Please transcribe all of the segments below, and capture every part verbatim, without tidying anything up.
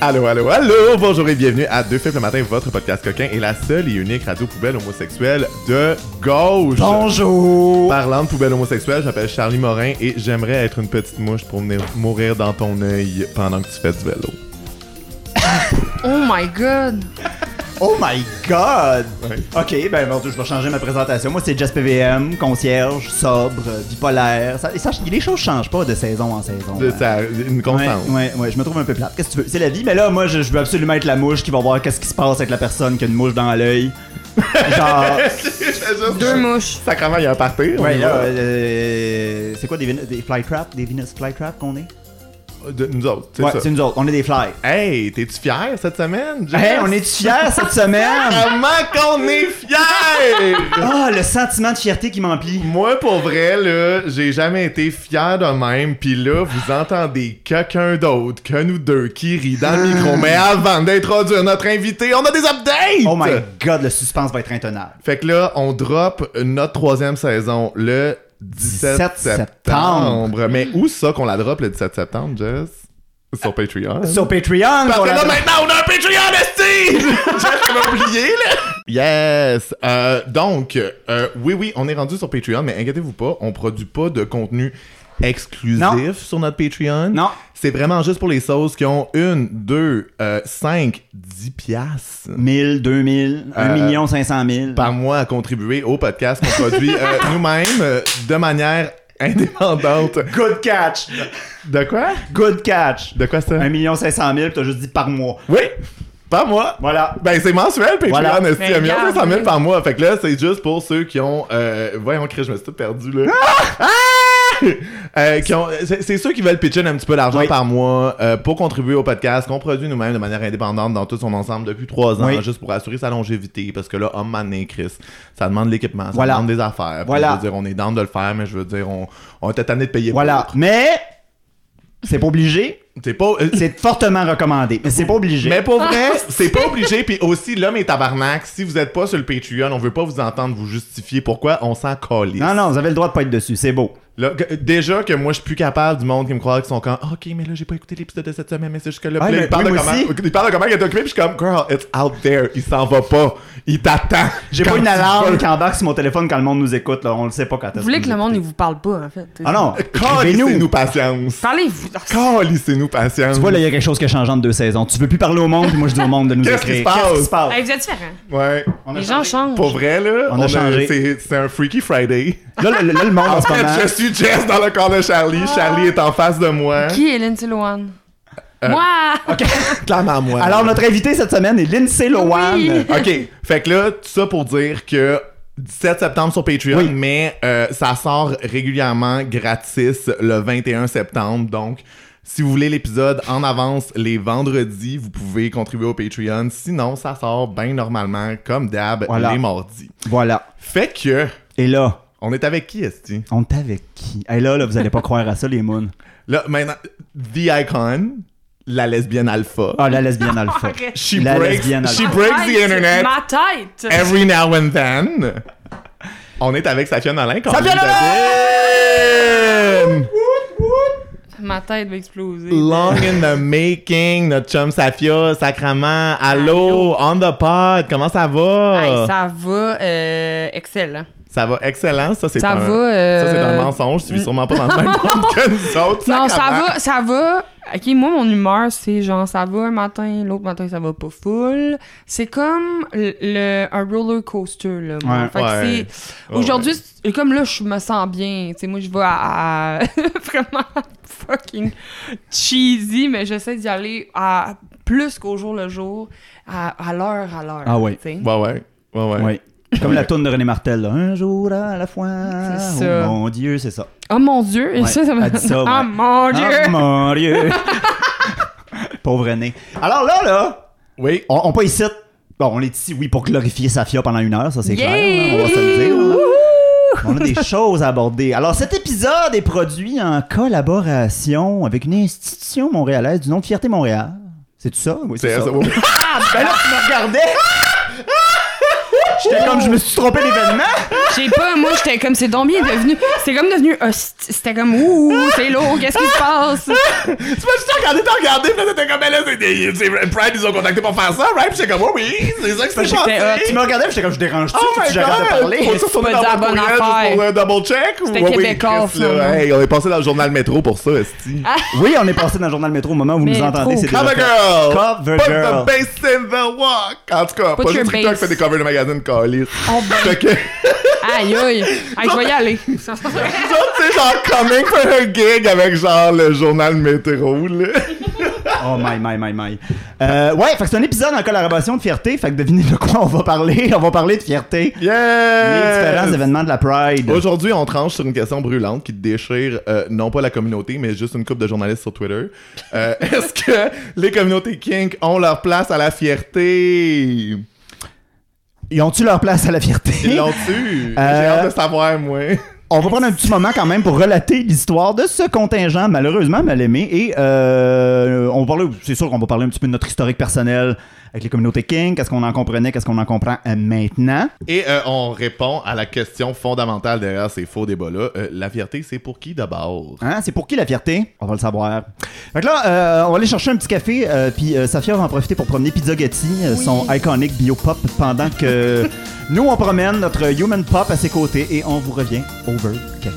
Allô, allô, allô! Bonjour et bienvenue à Deux Films le matin, votre podcast coquin et la seule et unique radio poubelle homosexuelle de gauche. Bonjour! Parlant de poubelle homosexuelle, je m'appelle Charlie Morin et j'aimerais être une petite mouche pour venir mourir dans ton œil pendant que tu fais du vélo. Oh my god! Oh my god! Ouais. Ok, ben bon, je vais changer ma présentation. Moi, c'est Jess P V M, concierge, sobre, bipolaire. Ça, ça, les choses changent pas de saison en saison. C'est hein. ça, une constance. Ouais, ouais, ouais, je me trouve un peu plate. Qu'est-ce que tu veux? C'est la vie, mais là, moi, je, je veux absolument être la mouche qui va voir qu'est-ce qui se passe avec la personne qui a une mouche dans l'œil. Genre. Deux mouches. Sacrément, il y a un party. on Ouais, y là, va. euh, c'est quoi des, vin- des fly traps? Des Venus fly traps qu'on est? De, nous autres, c'est Ouais, ça. c'est nous autres, on est des fly. Hey, t'es-tu fier cette semaine? Jess? Hey, on est-tu fiers cette semaine? Comment qu'on est fier? Ah, le sentiment de fierté qui m'emplit. Moi, pour vrai, là, j'ai jamais été fier de même. Pis là, vous entendez quelqu'un d'autre que nous deux qui rit dans le micro. Mais avant d'introduire notre invité, on a des updates! Oh my god, le suspense va être intenable. Fait que là, on drop notre troisième saison le dix-sept dix-sept septembre. Mais où ça qu'on la drop le dix-sept septembre, Jess? Sur Patreon. Sur Patreon! Parce on que là, a- maintenant, on a un Patreon, esti! J'avais oublié, là! Yes! Euh, donc, euh, oui, oui, on est rendu sur Patreon, mais inquiétez-vous pas, on produit pas de contenu exclusif Non. sur notre Patreon. Non. C'est vraiment juste pour les sauces qui ont une, deux, euh, cinq, dix piastres mille, deux mille, un Euh, million cinq cent mille. par mois à contribuer au podcast qu'on produit euh, nous-mêmes euh, de manière indépendante. Good catch! De quoi? Good catch! De quoi ça? un million cinq cent mille, pis t'as juste dit par mois. Oui! Pas moi! Voilà. Ben, c'est mensuel, Patreon, Voilà. esti, Ben, un million cinq cent mille regarde. par mois. Fait que là, c'est juste pour ceux qui ont... Euh, voyons, Chris, je me suis tout perdu, là. Ah! Euh, qui ont, c'est, c'est ceux qui veulent pitcher un petit peu d'argent Oui. par mois euh, pour contribuer au podcast qu'on produit nous-mêmes de manière indépendante dans tout son ensemble depuis trois ans, Oui. juste pour assurer sa longévité. Parce que là, homme mané, Chris, ça demande de l'équipement, ça Voilà. demande des affaires. Puis Voilà. Je veux dire, on est down de le faire, mais je veux dire, on, on était tanné de payer Voilà. pour. Mais, c'est pas obligé. C'est pas... euh, C'est fortement recommandé. Mais c'est pas obligé. Mais pour vrai, c'est pas obligé. Puis aussi, là, mes tabarnak, si vous êtes pas sur le Patreon, on veut pas vous entendre vous justifier pourquoi on s'en calisse. Non, non, vous avez le droit de pas être dessus. C'est beau. Là, que- déjà que moi, je suis plus capable du monde qui me croit qu'ils sont comme « Ok, mais là, j'ai pas écouté l'épisode de cette semaine, mais c'est juste que là... Ouais, Puis là, mais il parle oui, de moi comment, aussi. il parle de comment il est occupé, puis je suis comme « Girl, it's out there. Il s'en va pas. Il t'attend. » J'ai Quand pas une tu alarme veux. qui embarque sur mon téléphone quand le monde nous écoute. Là. On le sait pas quand est-ce Vous voulez nous que le monde ne écoute. vous parle pas, en fait. Ah non, Calissez-nous écrivez-nous. patience. Parlez-vous. Calissez-nous patience. Tu vois, là, il y a quelque chose qui a changé en deux saisons. Tu veux plus parler au monde, puis moi, je dis au monde de nous Qu'est-ce qui écrire. se passe? Qu'est-ce qui se passe? Hey, vous êtes différents. Ouais. On a Les gens changé. changent. Pour vrai, là, On a changé. c'est, c'est un Freaky Friday. Là, le, là, le monde en, En ce fait, moment... je suis Jess dans le corps de Charlie. Charlie est en face de moi. Qui est Lindsay Lohan? Euh, Moi! Clairement moi. Alors, notre invité cette semaine est Lindsay Lohan. Oui. OK. Fait que là, tout ça pour dire que dix-sept septembre sur Patreon, Oui. mais euh, ça sort régulièrement gratis le vingt et un septembre. Donc, si vous voulez l'épisode en avance les vendredis, vous pouvez contribuer au Patreon. Sinon, ça sort bien normalement, comme d'hab, Voilà. les mardis. Voilà. Fait que, Et là, on est avec qui, esti? on est avec qui? Et là, là, vous allez pas croire à ça, les moons. Là, maintenant, The Icon, la lesbienne alpha. Ah, la lesbienne alpha. Arrête. She la breaks, lesbienne she alpha. breaks the internet Ma tête! every now and then. On est avec Safia Nolin. Safia Nolin! Ma tête va exploser. Long in the making, notre chum Safia, sacrament. Allô, on the pod, comment ça va? Hey, ça va euh, excellent. Ça va excellent, ça c'est Ça un, va, euh, ça c'est un mensonge, tu vis sûrement pas dans le même monde que nous autres. Non, ça sacrament. va, ça va. Ok, moi, mon humeur, c'est genre, ça va un matin, l'autre matin, ça va pas full. C'est comme le, le- un roller coaster, là. moi. Ouais, fait que ouais. c'est. Aujourd'hui, c'est- comme là, je me sens bien. Tu sais, moi, je vais à. à- vraiment fucking cheesy, mais j'essaie d'y aller à plus qu'au jour le jour, à, à l'heure à l'heure. Ah ouais. tu sais. Ouais, ouais, ouais, ouais. Oui. Comme la tourne de René Martel, là. Un jour à la fois. C'est ça. Oh mon Dieu, c'est ça. Oh mon Dieu! Et Ouais, ça, ça m'a elle dit ça, Oh ouais. mon Dieu! Oh mon Dieu. Pauvre René. Alors là, là, Oui. on, on pas ici. Bon, on est ici, oui, pour glorifier Safia pendant une heure, ça c'est Yeah! clair. Là, on va se le dire. Là. On a des choses à aborder. Alors, cet épisode est produit en collaboration avec une institution montréalaise du nom de Fierté Montréal. C'est tout ça? Oui, c'est, C'est ça. ça. Oui. Ah, ben là, tu me regardais! J'étais comme, je me suis trompé d'événement! sais pas, moi, j'étais comme, c'est donc bien devenu, c'est comme devenu, euh, c'était comme, ouh, c'est lourd, qu'est-ce qui se passe? Tu m'as juste regardé, t'as regardé, pis là, t'étais comme, là, c'est des, c'est Pride, ils ont contacté pour faire ça, right? Pis j'étais comme, oh oui, c'est ça que c'est J'étais passé. Tu me regardais, j'étais comme, je dérange-tu? Oh my J'arrête de god! parler. Faut-tu retourner pas dans dire mon la bonne courriel juste affaire. pour un double check? C'était Ouais, oui, québécois, Chris, là, finalement. hey, on est passé dans le journal Métro pour ça, esti. Oui, on est passé dans le journal Métro au moment où vous nous Métro. entendez. C'est déjà Cover fait. girl! Cover Put girl. the bass in the walk! En tout cas, Put pas your juste TikTok bass. fait des covers de magazines calices. Oh, ben. Fait que, Aïe, aïe. Aïe, je vais y aller. ça, c'est genre coming for her gig avec genre le journal Métro, là. Oh my, my, my, my. Euh, ouais, fait que c'est un épisode en collaboration de fierté. Fait que devinez de quoi on va parler. On va parler de fierté. Yeah! Les différents événements de la Pride. Aujourd'hui, on tranche sur une question brûlante qui déchire euh, non pas la communauté, mais juste une couple de journalistes sur Twitter. Euh, Est-ce que les communautés kink ont leur place à la fierté? Ils ont-tu leur place à la fierté? Ils l'ont-tu? J'ai Euh, hâte de savoir, moi. On va prendre un petit moment quand même pour relater l'histoire de ce contingent malheureusement mal aimé et euh, on va parler, c'est sûr qu'on va parler un petit peu de notre historique personnel avec les communautés kink, qu'est-ce qu'on en comprenait, qu'est-ce qu'on en comprend euh, maintenant. Et euh, on répond à la question fondamentale derrière ces faux débats-là. Euh, la fierté, c'est pour qui d'abord? Hein, c'est pour qui la fierté? On va le savoir. Fait que là, euh, on va aller chercher un petit café, euh, puis euh, Safia va en profiter pour promener Pizza Getty, euh, Oui. son iconic biopop, pendant que nous, on promène notre human pop à ses côtés et on vous revient over café.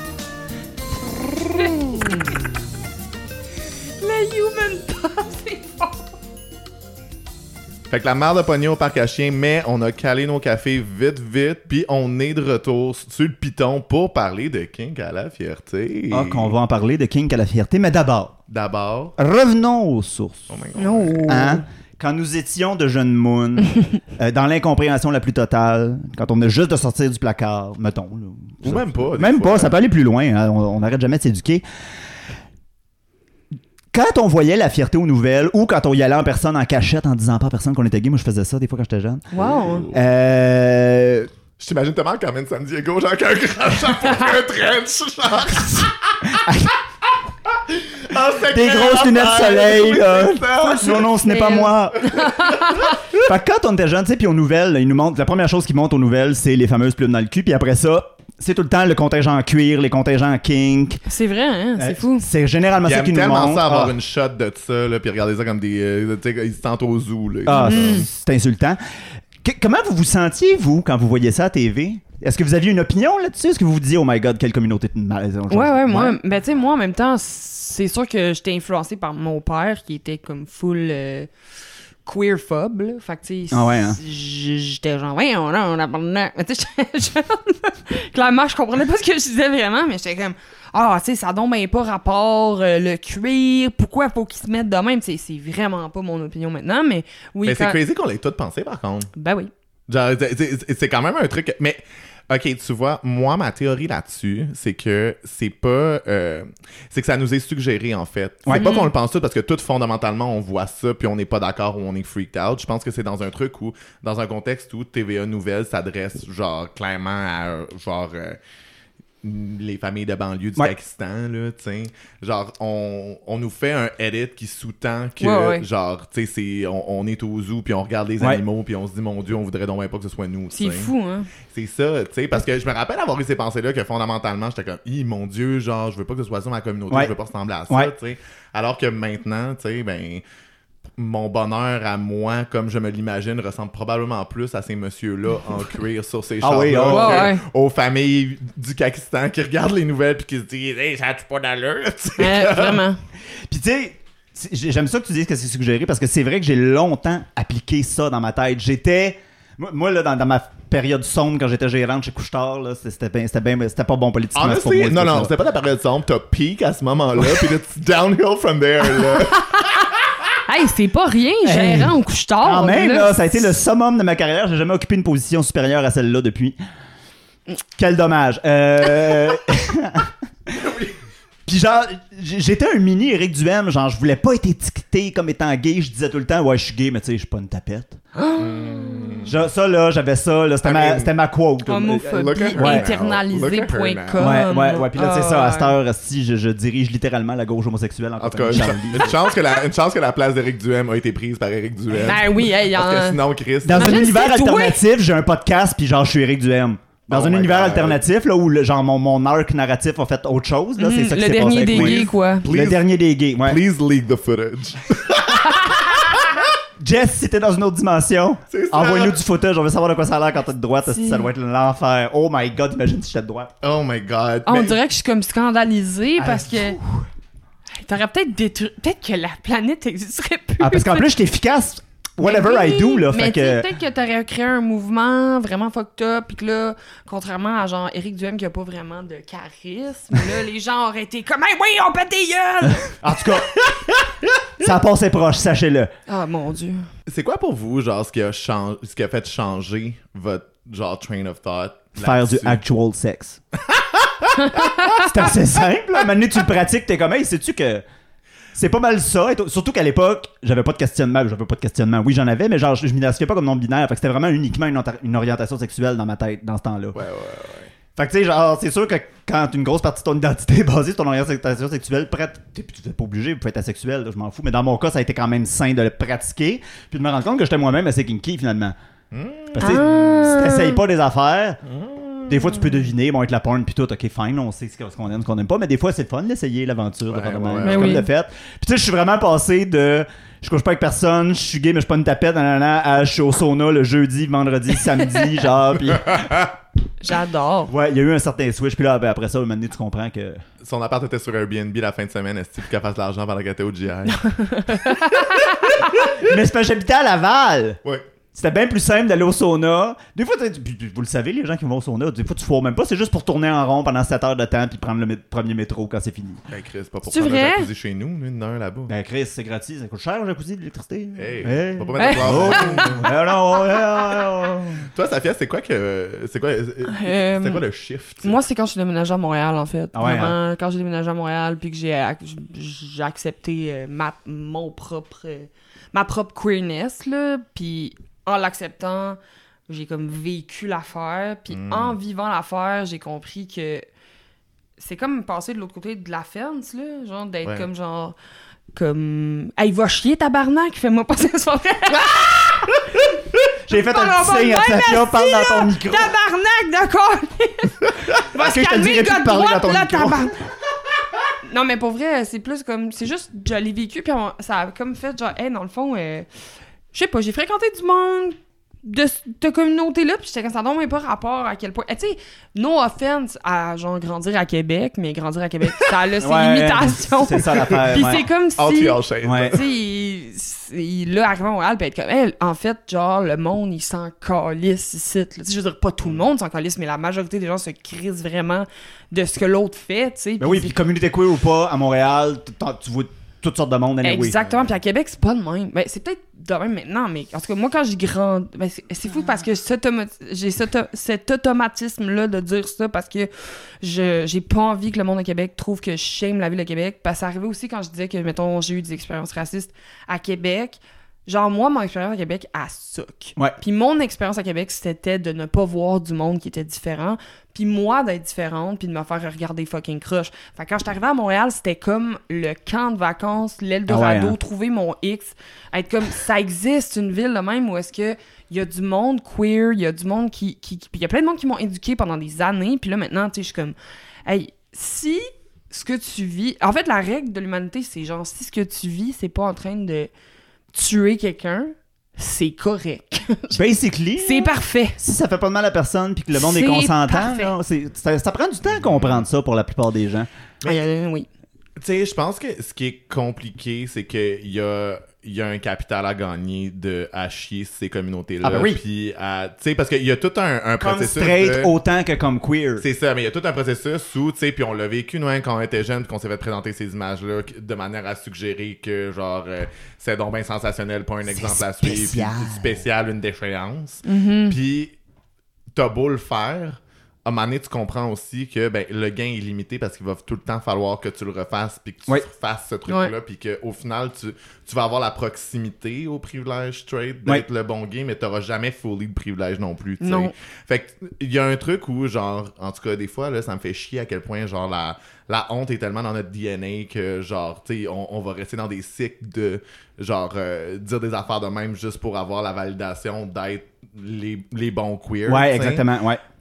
Le human pop, c'est fort. Fait que la mère de pognon au parc à chiens, mais on a calé nos cafés vite, vite, puis on est de retour sur le piton pour parler de kink à la fierté. Ah, qu'on va en parler de kink à la fierté, mais d'abord, D'abord... revenons aux sources. Oh my God. Non. Hein? Quand nous étions de jeunes moons, euh, dans l'incompréhension la plus totale, quand on venait juste de sortir du placard, mettons. Là, Ou même pas. des Même fois. pas, ça peut aller plus loin, hein, on n'arrête jamais de s'éduquer. Quand on voyait la fierté aux nouvelles ou quand on y allait en personne en cachette en disant pas à personne qu'on était gay, moi je faisais ça des fois quand j'étais jeune. Wow. Euh... Je t'imagine tellement quand même San Diego, genre qu'un grand chapeau, un trench, genre. Ah, c'est Des clair, grosses lunettes ah, soleil, oui, là. c'est ça. Non, non, ce n'est pas Elle. moi. Fait que quand on était jeune, tu sais, puis aux nouvelles, là, ils nous montrent, la première chose qu'ils montrent aux nouvelles, c'est les fameuses plumes dans le cul, puis après ça, c'est tout le temps le contingent en cuir, les contingents en kink. C'est vrai, hein? C'est Euh, fou. C'est généralement Ils ça aiment qui nous tellement montre. ça avoir Ah. une shot de ça, là, puis regarder ça comme des... Euh, tu sais, ils se tentent au zoo, là. Ah, Mm. c'est insultant. Que- comment vous vous sentiez, vous, quand vous voyez ça à T V? Est-ce que vous aviez une opinion là-dessus? Est-ce que vous vous disiez, oh my god, quelle communauté de malaise? Ouais, ouais, moi, ben, tu sais, moi, en même temps, c'est sûr que j'étais influencée par mon père qui était comme full euh, queerphobe, là. Fait que, tu sais, Ah ouais, hein? j- j'étais genre, ouais, on a, on a, on a. Mais tu sais, j'étais jeune. Clairement, je comprenais pas ce que je disais vraiment, mais j'étais comme, ah, tu sais, ça donne ben pas rapport, euh, le cuir, pourquoi faut qu'ils se mettent de même? C'est c'est vraiment pas mon opinion maintenant, mais oui. Mais c'est quand- crazy qu'on l'ait tout pensé, par contre. Ben oui. Genre, c'est- c'est c'est quand même un truc... Mais, OK, tu vois, moi, ma théorie là-dessus, c'est que c'est pas... euh, c'est que ça nous est suggéré, en fait. Ouais. C'est pas qu'on le pense tout, parce que tout, fondamentalement, on voit ça, puis on n'est pas d'accord ou on est freaked out. Je pense que c'est dans un truc où... Dans un contexte où T V A Nouvelles s'adresse, genre, clairement à... euh, genre... euh, les familles de banlieue du Ouais. Pakistan, là, tu sais. Genre, on, on nous fait un edit qui sous-tend que, Ouais, ouais. genre, tu sais, c'est- on, on est au zoo, puis on regarde les Ouais. animaux, puis on se dit, mon Dieu, on voudrait donc bien pas que ce soit nous, tu C'est sais. fou, hein? C'est ça, tu sais, parce que je me rappelle avoir eu ces pensées-là que fondamentalement, j'étais comme, hi, mon Dieu, genre, je veux pas que ce soit ça ma communauté, Ouais. je veux pas ressembler à ça, Ouais. tu sais. Alors que maintenant, tu sais, ben, mon bonheur à moi, comme je me l'imagine, ressemble probablement plus à ces messieurs-là en cuir sur ces Ah chars oui, ah ouais, ouais. aux familles du Pakistan qui regardent les nouvelles puis qui se disent, hey, ça a pas d'allure, tu sais. Ouais, vraiment. Puis tu sais, c'est- j'aime ça que tu dises que c'est suggéré parce que c'est vrai que j'ai longtemps appliqué ça dans ma tête. J'étais... Moi, moi, là, dans, dans ma période sombre, quand j'étais gérante chez Couche-Tard, là, c'était bien, c'était bien, c'était pas bon politiquement. c'est pour Honestly, moi, non, c'est non, ça. c'était pas la période sombre, t'as peak à ce moment-là, puis là, tu downhill from there, là. Hey, c'est pas rien, Hey. gérant au couche-tard. Quand même, là. là, ça a été le summum de ma carrière. J'ai jamais occupé une position supérieure à celle-là depuis. Quel dommage. Euh... Puis genre, j- j'étais un mini Éric Duhem, genre je voulais pas être étiqueté comme étant gay, je disais tout le temps ouais je suis gay mais tu sais je suis pas une tapette. Genre, ça là, j'avais ça, là, c'était I ma, mean, c'était ma quote. Là. Homophobie Look at her now. internalisée Look at her point now. com. Ouais, ouais, ouais. Puis là, c'est ça, à cette Ah, heure, si je, je dirige littéralement la gauche homosexuelle en En tout cas, compagnie une, de Charlie. une chance que la, une chance que la place d'Éric Duhem a été prise par Éric Duhem. Ben oui, hey, y en Parce que a. sinon, Chris... Dans un Imagine univers si c'est toi. alternatif, j'ai un podcast, puis genre je suis Éric Duhem. Dans Oh un my univers God. alternatif, là, où le, genre, mon, mon arc narratif a fait autre chose, là, Mhm, c'est ça qui le s'est dernier passé avec des moi. gays, quoi. Le Please- dernier des gays, ouais. Please leak the footage. Jess, si t'es dans une autre dimension, C'est ça. envoie-nous du footage, on veut savoir de quoi ça a l'air quand t'es de droite, Si. ça doit être l'enfer. Oh my god, imagine si j'étais de droite. Oh my god. On Mais- dirait que je suis comme scandalisée Ah, parce que. Hey, T'aurais peut-être détruit. Peut-être que la planète n'existerait plus. Ah, parce qu'en plus, je suis efficace, whatever Mais I do, là, mais fait tu sais, que... peut-être que t'aurais créé un mouvement vraiment fucked up, pis que là, contrairement à genre Éric Duhem qui a pas vraiment de charisme, là, les gens auraient été comme, hey, oui, on pète des gueules! En tout cas, ça a passé proche, sachez-le. Ah, mon Dieu. C'est quoi pour vous, genre, ce qui a, chang... ce qui a fait changer votre, genre, train of thought? Faire du là-dessus? actual sex. C'est assez simple, là. Maintenant, tu le pratiques, t'es comme, hey, sais-tu que... C'est pas mal ça, et t- surtout qu'à l'époque, j'avais pas de questionnement, j'avais pas de questionnement. Oui, j'en avais, mais genre, je, je m'identifiais pas comme non-binaire, fait que c'était vraiment uniquement une, enta- une orientation sexuelle dans ma tête, dans ce temps-là. Ouais, ouais, ouais. Fait que tu sais, genre, c'est sûr que quand une grosse partie de ton identité est basée sur ton orientation sexuelle, prête, t'es, t'es pas obligé, vous pouvez être asexuel, là, je m'en fous, mais dans mon cas, ça a été quand même sain de le pratiquer, puis de me rendre compte que j'étais moi-même assez kinky, finalement. Parce que Ah. si t'essayes pas des affaires, des fois tu peux deviner, bon, avec la porn puis tout, ok, fine, on sait ce qu'on aime, ce qu'on aime pas, mais des fois c'est le fun d'essayer l'aventure, de Ouais, faire de ouais, même. ouais, C'est ouais. comme Oui. le fait. Puis tu sais, je suis vraiment passé de je couche pas avec personne, je suis gay mais je suis pas une tapette, nanana, à je suis au sauna le jeudi, vendredi, samedi, genre, puis J'adore. ouais, il y a eu un certain switch, puis là, ben, après ça, un moment donné, tu comprends que. Son appart était sur Airbnb la fin de semaine. Est-ce qu'elle fasse de l'argent pendant qu'elle était au G I? Mais c'est parce que j'habitais à Laval! Ouais. C'était bien plus simple d'aller au sauna. Des fois, tu- puis- puis vous le savez, les gens qui vont au sauna, des fois, tu foires même pas. C'est juste pour tourner en rond pendant sept heures de temps puis prendre le mé- premier métro quand c'est fini. Ben, Chris, pas pour C'est prendre vrai? un jacuzzi chez nous, lui, il y en a un là-bas. Ben, Chris, c'est gratuit. Ça coûte cher, le jacuzzi, l'électricité. Hey, Hey. va pas mettre de Oh, place. oh, non, oh, oh, oh. Toi, Safia, c'est quoi que. C'est quoi, Euh, c'était quoi le shift? Moi, c'est quand je suis déménagée à Montréal, en fait. Ah ouais, Vraiment, quand j'ai déménagé à Montréal, puis que j'ai, ac- j'ai accepté euh, ma, mon propre, euh, ma propre queerness, là, puis en l'acceptant, j'ai comme vécu l'affaire, puis Mm. en vivant l'affaire, j'ai compris que c'est comme passer de l'autre côté de la fence, là, genre d'être Ouais. comme genre... Comme... Hey, va chier, tabarnak! Fais-moi passer ce soir. J'ai fait un Parle petit pas signe de à même, Safia, parle dans ton micro. Tabarnak, d'accord! Va Ok, se je te calmer, dirais le plus gars de de parler droite, dans ton là, micro. tabarnak! Non, mais pour vrai, c'est plus comme... C'est juste, je l'ai vécu, puis on- ça a comme fait genre, hey, dans le fond, euh, je sais pas, j'ai fréquenté du monde de cette communauté-là, puis j'étais comme ça, n'a même pas rapport à quel point... Eh, tu sais, no offense à, genre, grandir à Québec, mais grandir à Québec, ça a ses Ouais, limitations. C'est ça l'affaire. Puis ouais. c'est comme si... Out your shade. Ouais. Tu sais, il, il, là, arrivé à Montréal, puis être comme, hey, en fait, genre, le monde, il s'en calisse ici. là. Tu sais, je veux dire, pas tout le monde s'en calisse, mais la majorité des gens se crissent vraiment de ce que l'autre fait, tu sais. Ben puis oui, c'est- puis communauté queer ou pas, à Montréal, t- t'en- tu vois toutes sortes de monde, anyway. Exactement, puis à Québec, c'est pas de même. Ben, c'est peut-être de même maintenant, mais en tout cas, moi, quand j'ai grand... Ben, c'est, c'est fou parce que cet automa- j'ai cet, cet automatisme-là de dire ça parce que je j'ai pas envie que le monde à Québec trouve que je shame la ville de Québec. Parce que ça arrivait aussi quand je disais que, mettons, j'ai eu des expériences racistes à Québec. Genre, moi, mon expérience à Québec, elle suck. Ouais. Puis mon expérience à Québec, c'était de ne pas voir du monde qui était différent. Puis moi, d'être différente, puis de me faire regarder fucking crush. Fait que quand je suis arrivée à Montréal, c'était comme le camp de vacances, l'Eldorado, Ah ouais, hein? trouver mon X. Être comme, ça existe une ville de même où est-ce que il y a du monde queer, il y a du monde qui... qui, qui- puis il y a plein de monde qui m'ont éduqué pendant des années. Puis là, maintenant, tu sais, je suis comme, hey, si ce que tu vis... En fait, la règle de l'humanité, c'est genre, si ce que tu vis, c'est pas en train de tuer quelqu'un, c'est correct. Basically, C'est parfait. si ça fait pas de mal à personne puis que le monde est C'est consentant, parfait. là, c'est- ça, ça prend du temps à comprendre ça pour la plupart des gens. Euh, oui. Tu sais, je pense que ce qui est compliqué, c'est qu'il y a, il y a un capital à gagner de à chier ces communautés-là. Ah ben oui. Puis à- tu sais, parce qu'il y a tout un, un Comme processus. straight de- autant que comme queer. C'est ça, mais il y a tout un processus où, tu sais, puis on l'a vécu, nous, hein, quand on était jeunes, puis qu'on s'est fait présenter ces images-là que- de manière à suggérer que, genre, euh, c'est donc bien sensationnel, pas un exemple à suivre, puis spécial. spécial, une déchéance. Mhm. Puis, t'as beau le faire, à un moment donné, tu comprends aussi que ben, le gain est limité parce qu'il va tout le temps falloir que tu le refasses puis que tu Oui. refasses ce truc-là Ouais. puis qu'au final, tu, tu vas avoir la proximité au privilège straight d'être le bon gay, mais t'auras jamais fully de privilège non plus, tu sais. Non. Fait que il y a un truc où, genre, en tout cas, des fois, là, ça me fait chier à quel point, genre, la, la honte est tellement dans notre D N A que, genre, tu sais, on, on va rester dans des cycles de, genre, euh, dire des affaires de même juste pour avoir la validation d'être les, les bons queer. Ouais, tu sais. exactement, ouais.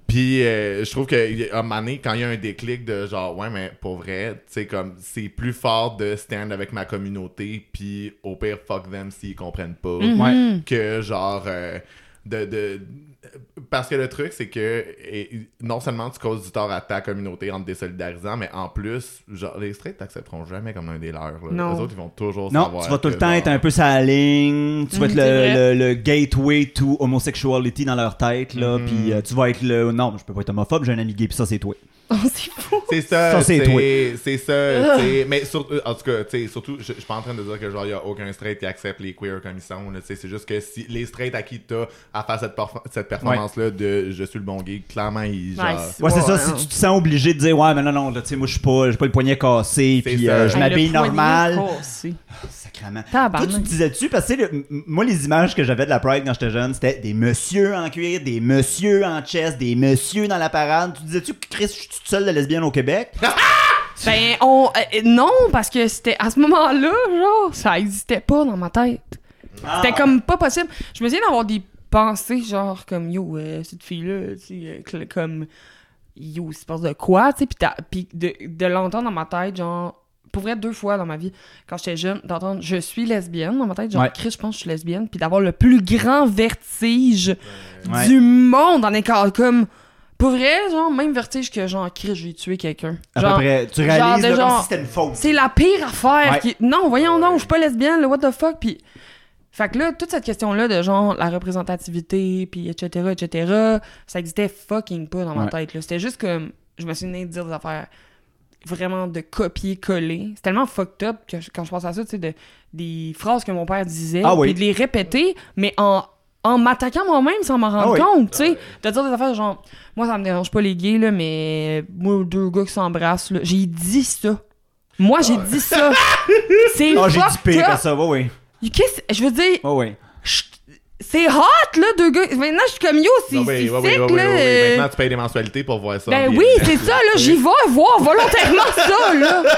Puis euh, je trouve qu'à un moment donné, quand il y a un déclic de genre, ouais, mais pour vrai, tu sais, comme, c'est plus fort de stand avec ma communauté, puis au pire, fuck them s'ils comprennent pas, Mm-hmm. Ouais. que genre, euh, de, de. Parce que le truc, c'est que et, non seulement tu causes du tort à ta communauté en te désolidarisant, mais en plus, genre, les straights t'accepteront jamais comme un des leurs. Là. Non. Les autres, ils vont toujours Non, savoir. tu vas tout le que, temps genre, être un peu sa ligne, tu vas Mhm, être c'est le, le, le gateway to homosexuality dans leur tête, là, Mhm. puis euh, tu vas être le... Non, je peux pas être homophobe, j'ai un ami gay, puis ça, c'est toi. Oh, c'est fou. C'est ça, Ça, c'est toi. c'est c'est ça, tu sais. Mais sur- en tout cas, tu sais, surtout, je je suis pas en train de dire que genre, il y a aucun straight qui accepte les queers comme ils sont, là, tu sais. C'est juste que si les straights à qui t'as à faire cette, perf- cette performance-là de je suis le bon gay, clairement, ils genre. Nice. Ouais, c'est ça, Ouais, si hein. tu te sens obligé de dire, ouais, mais non, non, là, tu sais, moi, je suis pas, j'ai pas le poignet cassé, C'est puis ça. euh, je Hey, m'habille Le poignet normal. cassé. Sacrément. Tabarnak. Toi, tu te disais-tu, parce que tu sais, le- m- moi, les images que j'avais de la Pride quand j'étais jeune, c'était des messieurs en cuir, des messieurs en chest, des messieurs dans la parade. Tu disais-tu que Chris, je suis toute seule de lesbienne au Québec? Ben, on. euh, non, parce que c'était à ce moment-là, genre, ça existait pas dans ma tête. C'était comme pas possible. Je me souviens d'avoir des pensées, genre, comme, yo, euh, cette fille-là, tu sais, euh, cl- comme, yo, il se passe de quoi, tu sais, pis, t'as- pis de, de l'entendre dans ma tête, genre, pour vrai, deux fois dans ma vie, quand j'étais jeune, d'entendre je suis lesbienne dans ma tête, genre, Ouais. Chris, je pense que je suis lesbienne, puis d'avoir le plus grand vertige Ouais. du monde en écart, comme. Pour vrai, genre, même vertige que genre, Chris, j'ai tué quelqu'un. À Genre, peu près. Tu genre réalises de là, comme genre- si c'était une faute. c'est la pire affaire. Ouais. Qui... Non, voyons donc, je suis pas lesbienne, le what the fuck. Puis, fait que là, toute cette question-là de genre la représentativité, puis et cetera, et cetera, ça existait fucking pas dans ma Ouais. tête. Là. C'était juste comme, je me suis de dire des affaires vraiment de copier-coller. C'est tellement fucked up que je- quand je pense à ça, tu sais, de, des phrases que mon père disait, Ah oui. puis de les répéter, mais en en m'attaquant moi-même sans m'en rendre Ah oui. compte, tu sais. De dire des affaires genre, moi, ça me dérange pas les gays, là, mais moi, deux gars qui s'embrassent, là, j'ai dit ça. Moi, j'ai dit ça. C'est Ah, j'ai dit fucked pire que up. ça, ouais, oui. Qu'est-ce- Je veux dire, Ouais, ouais. je- c'est hot, là, deux gars. Maintenant, je suis comme yo, c'est Ah oui, c'est oui, oui, sick, oui, oui, là. oui, oui. euh, Maintenant, tu payes des mensualités pour voir ça. Ben Puis, oui, euh, c'est ça, là, j'y vais voir volontairement ça,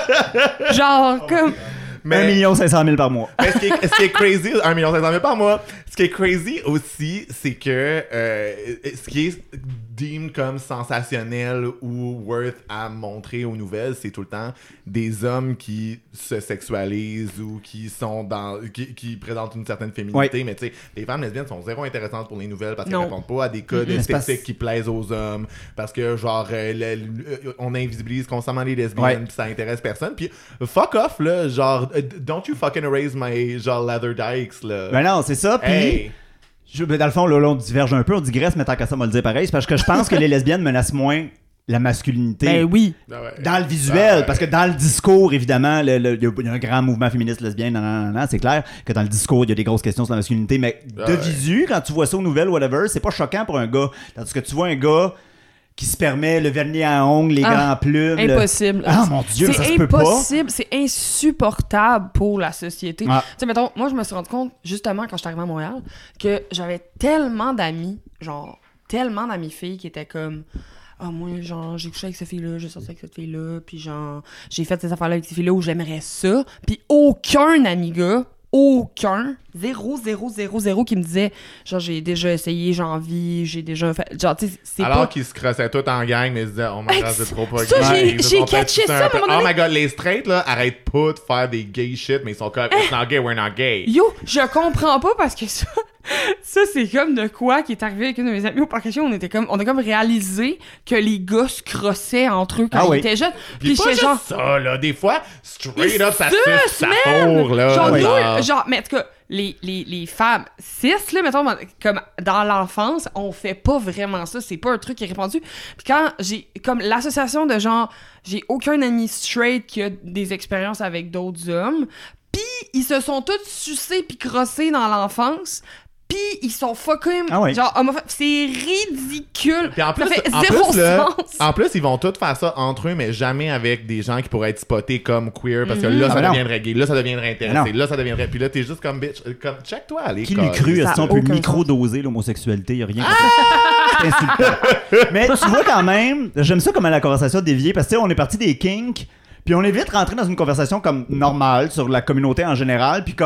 là. Genre, comme... mais- un million cinq cent mille par mois. Mais ce qui est, ce qui est crazy, un million cinq cent mille par mois, ce qui est crazy aussi, c'est que euh, ce qui est deemed comme sensationnel ou worth à montrer aux nouvelles, c'est tout le temps des hommes qui se sexualisent ou qui sont dans qui, qui présentent une certaine féminité. Ouais. Mais tu sais, les femmes lesbiennes sont zéro intéressantes pour les nouvelles parce qu'elles Non. répondent pas à des cas Mais c'est d'esthétique parce- qui plaisent aux hommes, parce que genre euh, le- le- on invisibilise constamment les lesbiennes, Ouais. puis ça intéresse personne. Puis fuck off là, genre euh, don't you fucking erase my genre leather dykes là. Ben non, c'est ça, puis... Hey. Je- ben, dans le fond, là, là, on diverge un peu, on digresse, mais tant qu'à ça, on va le dire pareil. C'est parce que je pense que les lesbiennes menacent moins la masculinité. Ben oui. Ah ouais. Dans le visuel, Ah ouais. parce que dans le discours, évidemment, le- le- il y, a- il y a un grand mouvement féministe lesbien, nan, nan, nan, nan, c'est clair que dans le discours, il y a des grosses questions sur la masculinité, mais de Ah ouais. visu, quand tu vois ça aux nouvelles, whatever, c'est pas choquant pour un gars. Tandis que tu vois un gars qui se permet le vernis à ongles, les Ah, grands plumes. le- Impossible. Ah mon Dieu, ça se C'est peut pas. impossible, c'est insupportable pour la société. Ah. Tu sais, mettons, moi, je me suis rendu compte, justement, quand je suis arrivée à Montréal, que j'avais tellement d'amis, genre, tellement d'amis filles qui étaient comme... Ah, moi, genre, j'ai couché avec cette fille-là, j'ai sorti avec cette fille-là, puis genre, j'ai fait ces affaires-là avec ces filles-là où j'aimerais ça. Puis aucun ami gars, aucun, zéro, zéro, zéro, zéro, qui me disait, genre, j'ai déjà essayé, j'ai envie, j'ai déjà fait... Genre, tu sais, c'est Alors pas... qu'ils se crossaient tous en gang, mais ils se disaient, oh my god, c'est trop pas Ça, gay. j'ai- Ils se j'ai sont fait catché tout ça, un peu. à un moment Oh donné. my god, les straight, là, arrêtent pas de faire des gay shit, mais ils sont comme, it's not gay, we're not gay. Yo, je comprends pas parce que ça, ça c'est comme de quoi qui est arrivé avec une de mes amies au parc Cachet. On était comme, on a comme réalisé que les gars se crossaient entre eux quand Ah ils oui. étaient jeunes. Puis Puis pas j'étais juste genre, ça, là, des fois, straight Ils up, ça sucent, suce, ça man! fourre, là. genre, genre. nous, genre, mais en tout cas, les, les, les femmes cis, là, mettons, comme dans l'enfance, on fait pas vraiment ça. C'est pas un truc qui est répandu. Puis quand j'ai, comme l'association de genre, j'ai aucun ami straight qui a des expériences avec d'autres hommes, puis ils se sont tous sucés puis crossés dans l'enfance. Pis ils sont fucking Ah ouais. genre homophobes. C'est ridicule. Puis en plus, ça fait en zéro plus, là, sens. en plus, ils vont tous faire ça entre eux, mais jamais avec des gens qui pourraient être spotés comme queer, parce que là, Ah, ça ben non. deviendrait gay, là, ça deviendrait intéressé, Non. là, ça deviendrait... Puis là, t'es juste comme, bitch, comme, check-toi à Qui l'école. l'eût cru? Ça Est-ce a qu'on peut aucun micro-doser l'homosexualité? Il n'y a rien. C'est insultant. Mais tu vois quand même, j'aime ça comment la conversation a dévié, parce que tu sais, on est parti des kinks, puis on est vite rentré dans une conversation comme normale sur la communauté en général, puis comme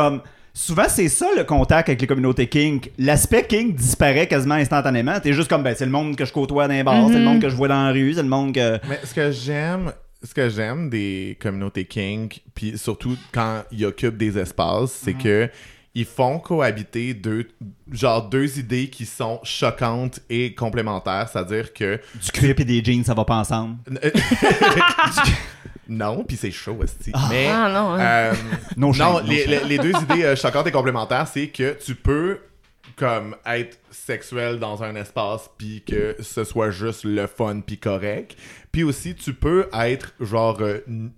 souvent, c'est ça le contact avec les communautés kink. L'aspect kink disparaît quasiment instantanément. T'es juste comme, ben, c'est le monde que je côtoie dans les bars, mm-hmm. c'est le monde que je vois dans la rue, c'est le monde que... Mais ce que j'aime, ce que j'aime des communautés kink, puis surtout quand ils occupent des espaces, c'est mm-hmm. que ils font cohabiter deux, genre deux idées qui sont choquantes et complémentaires, c'est-à-dire que... Du cuir et des jeans, ça va pas ensemble. Non, puis c'est chaud aussi. Ah, mais ah, non, hein. euh, non, non, no les, les, les deux idées euh, choquantes et complémentaires, c'est que tu peux comme être sexuel dans un espace puis que ce soit juste le fun puis correct. Puis aussi, tu peux être genre euh,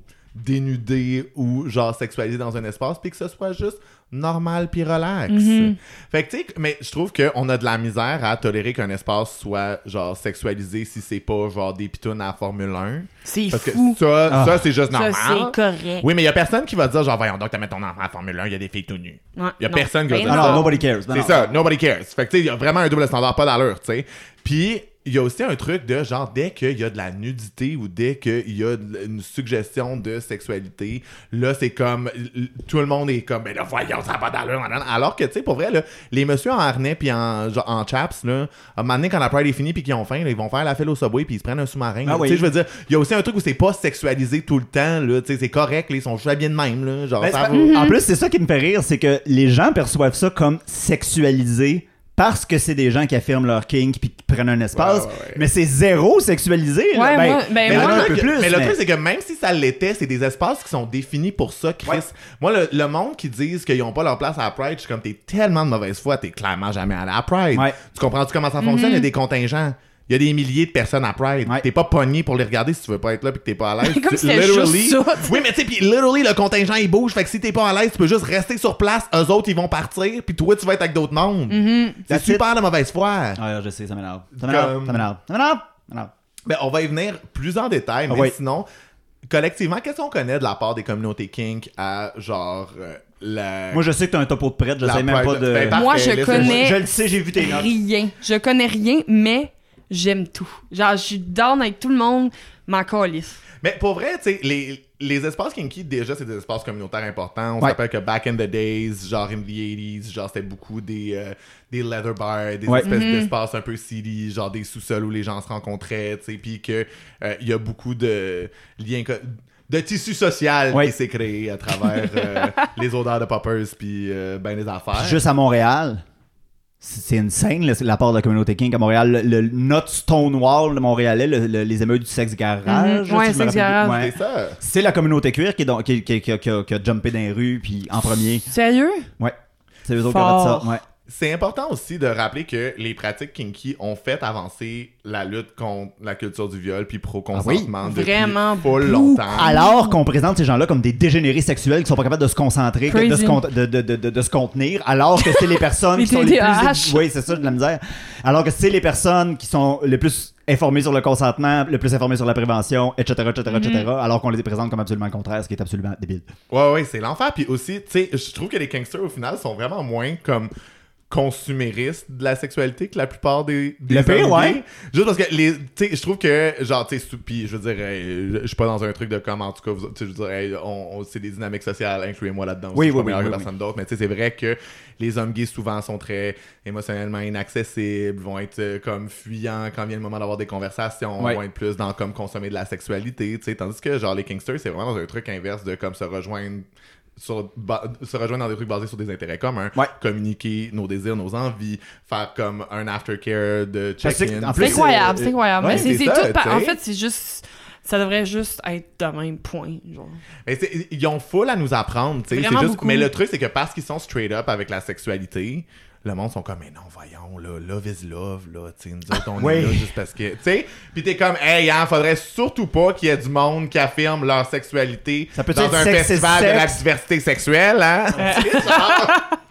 dénudé ou genre sexualisé dans un espace puis que ce soit juste normal puis relax. Mm-hmm. Fait que tu sais, mais je trouve qu'on a de la misère à tolérer qu'un espace soit genre sexualisé si c'est pas genre des pitounes à Formule un. C'est Parce fou. que ça, ah. ça c'est juste normal. Ça, c'est correct. Oui, mais il y a personne qui va dire genre voyons donc t'as mis ton enfant à Formule un, il y a des filles tout nues. Il Ouais, y a non. personne qui va Ben dire non, ça. non, nobody cares. Ben c'est non. ça, nobody cares. Fait que tu sais, il y a vraiment un double standard, pas d'allure, tu sais. Puis il y a aussi un truc de genre dès qu'il y a de la nudité ou dès qu'il y a une suggestion de sexualité, là c'est comme tout le monde est comme ben là voyons ça n'a pas d'allure. Alors que tu sais pour vrai là, les messieurs en harnais puis en genre, en chaps là, à un moment donné quand la Pride est finie puis qu'ils ont faim, là, ils vont faire la file au Subway puis ils se prennent un sous-marin. Ah oui. Tu sais je veux dire, il y a aussi un truc où c'est pas sexualisé tout le temps là, tu sais c'est correct, là, ils sont juste habillés de même là, genre Ben, ça pas... va. mm-hmm. En plus, c'est ça qui me fait rire, c'est que les gens perçoivent ça comme sexualisé. Parce que c'est des gens qui affirment leur kink puis qui prennent un espace, ouais, ouais, ouais. mais c'est zéro sexualisé. Ouais, là. Ben, moi, ben, Mais, moi, le un truc, peu plus, mais le mais- truc, c'est que même si ça l'était, c'est des espaces qui sont définis pour ça, Chris. Ouais. Moi, le, le monde qui disent qu'ils n'ont pas leur place à la Pride, je suis comme, t'es tellement de mauvaise foi, t'es clairement jamais allé à la Pride. Ouais. Tu comprends-tu comment ça fonctionne? Il y a des contingents. Il y a des milliers de personnes à Pride. Ouais. T'es pas pogné pour les regarder si tu veux pas être là pis que t'es pas à l'aise. Comme Tu- si c'était juste ça. Oui, mais tu sais, pis literally, le contingent, il bouge. Fait que si t'es pas à l'aise, tu peux juste rester sur place. Eux autres, ils vont partir. Puis toi, tu vas être avec d'autres mondes. Mm-hmm. C'est That's super de mauvaise foi. Ah, je sais, ça m'énerve. Ça m'énerve. Comme- Ça m'énerve. Ça m'énerve. Ça m'énerve. Ben, on va y venir plus en détail, mais Ah oui. sinon, collectivement, qu'est-ce qu'on connaît de la part des communautés kink à genre euh, la. Moi, je sais que t'as un topo de prête. Je La sais même Pride- pas de. Ben, parfait, Moi, je laissez- connais- Je le sais, j'ai vu tes notes. Rien. Je connais rien, mais j'aime tout. Genre, je suis down avec tout le monde, ma calisse. Mais pour vrai, tu sais, les, les espaces kinky, déjà, c'est des espaces communautaires importants. On Ouais. se rappelle que back in the days, genre in the eighties, genre c'était beaucoup des, euh, des leather bars, des Ouais. espèces Mhm. d'espaces un peu seedy, genre des sous-sols où les gens se rencontraient, tu sais, puis que euh, il y a beaucoup de liens. Co- de tissu social Ouais. qui s'est créé à travers euh, les odeurs de poppers puis euh, ben des affaires. Juste à Montréal, c'est c'est une scène, le- la part de la communauté kink à Montréal. Le, le- notre Stonewall de Montréalais, le- le- les émeutes du sexe garage. Mhm. Ouais, si je me sexe rappelle bien. garage. Ouais. C'est ça. C'est la communauté queer qui, est donc- qui, qui, qui, qui a, qui a jumpé dans les rues puis en premier. Sérieux? Ouais. C'est eux autres qui ont fait ça. Fort. Ouais. C'est important aussi de rappeler que les pratiques kinky ont fait avancer la lutte contre la culture du viol puis pro-consentement depuis Vraiment full beaucoup. longtemps. Alors qu'on présente ces gens-là comme des dégénérés sexuels qui sont pas capables de se concentrer, que de, Crazy. se con- de, de, de, de, de se contenir, alors que c'est les personnes Les qui sont les T D A plus... H. Oui, c'est ça, j'ai de la misère. Alors que c'est les personnes qui sont les plus informées sur le consentement, le plus informées sur la prévention, et cetera, et cetera, et cetera, alors qu'on les présente comme absolument le contraire, ce qui est absolument débile. Ouais, ouais, c'est l'enfer. Puis aussi, tu sais, je trouve que les gangsters, au final, sont vraiment moins comme consuméristes de la sexualité que la plupart des, des Le pire, hommes ouais. gays. Juste parce que, les, tu sais, je trouve que, genre, tu sais, sou- puis je veux dire, hey, je je suis pas dans un truc de comme, en tout cas, vous- tu sais, je veux dire, hey, on, on- c'est des dynamiques sociales, incluez-moi là-dedans. Oui, aussi, je suis oui, pas meilleur oui, que oui, personne d'autre, mais tu sais, c'est vrai que les hommes gays, souvent, sont très émotionnellement inaccessibles, vont être euh, comme fuyants quand vient le moment d'avoir des conversations, Ouais. vont être plus dans comme consommer de la sexualité, tu sais, tandis que, genre, les Kingsters, c'est vraiment dans un truc inverse de comme se rejoindre sur, ba- se rejoindre dans des trucs basés sur des intérêts communs, Ouais. communiquer nos désirs, nos envies, faire comme un aftercare de Parce que, check-in. en plus, C'est incroyable, c'est incroyable. Ouais, Mais c'est c'est c'est ça, tout. par- tu En sais. fait, c'est juste. Ça devrait juste être de même point. Genre. Mais c'est- ils ont full à nous apprendre, tu sais. C'est Vraiment juste. beaucoup. Mais le truc, c'est que parce qu'ils sont straight up avec la sexualité, le monde sont comme, mais non, voyons, là, love is love, là, tu sais, nous autres, on Oui. est là juste parce que, tu sais, pis t'es comme, hey, hein, faudrait surtout pas qu'il y ait du monde qui affirme leur sexualité Ça peut dans être un sexe festival is de la sex. diversité sexuelle, hein? Tu sais, genre.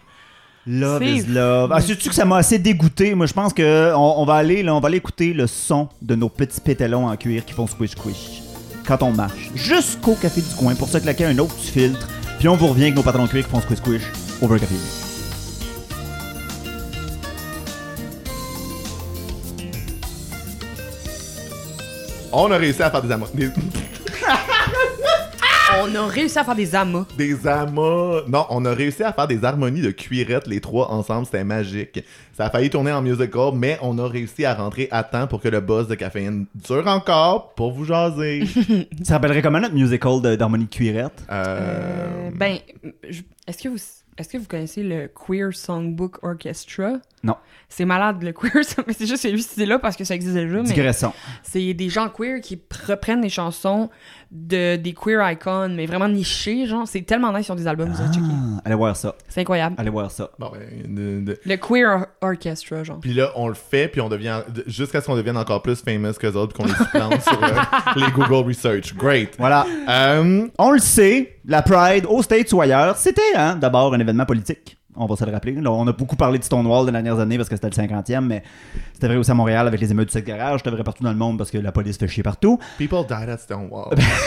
Love C'est is love. Ah, sais-tu que ça m'a assez dégoûté? Moi, je pense que on, on va aller, là, on va aller écouter le son de nos petits pétalons en cuir qui font squish squish quand on marche jusqu'au café du coin pour se claquer un autre filtre. Puis on vous revient avec nos pantalons en cuir qui font squish squish over café. On a réussi à faire des amours. Des... On a réussi à faire des amas. Des amas. Non, on a réussi à faire des harmonies de cuirettes, les trois ensemble, c'était magique. Ça a failli tourner en musical, mais on a réussi à rentrer à temps pour que le buzz de caféine dure encore pour vous jaser. Ça rappellerait comment notre musical de- d'harmonie de cuirette? Euh... Euh, ben, je- est-ce que vous est-ce que vous connaissez le Queer Songbook Orchestra? Non. C'est malade, le queer, ça- mais c'est juste c'est là parce que ça existe déjà. Mais Digressons. c'est des gens queer qui reprennent des chansons de des queer icons, mais vraiment nichés, genre. C'est tellement nice, ils ont des albums, vous avez checké. Ah, allez voir ça. C'est incroyable. Allez voir ça. Bon, ben, de- de- Le Queer Or- Orchestra, genre. Puis là, on le fait, puis on devient de- jusqu'à ce qu'on devienne encore plus famous que les autres, puis qu'on les supplante sur euh, les Google Research. Great. Voilà. Euh, On le sait, la Pride, aux States ou ailleurs, c'était hein, d'abord un événement politique. On va se le rappeler. Là, on a beaucoup parlé de Stonewall les dernières années parce que c'était le cinquantième, mais c'était vrai aussi à Montréal avec les émeutes du sept garage. C'était vrai partout dans le monde parce que la police fait chier partout. people died at Stonewall.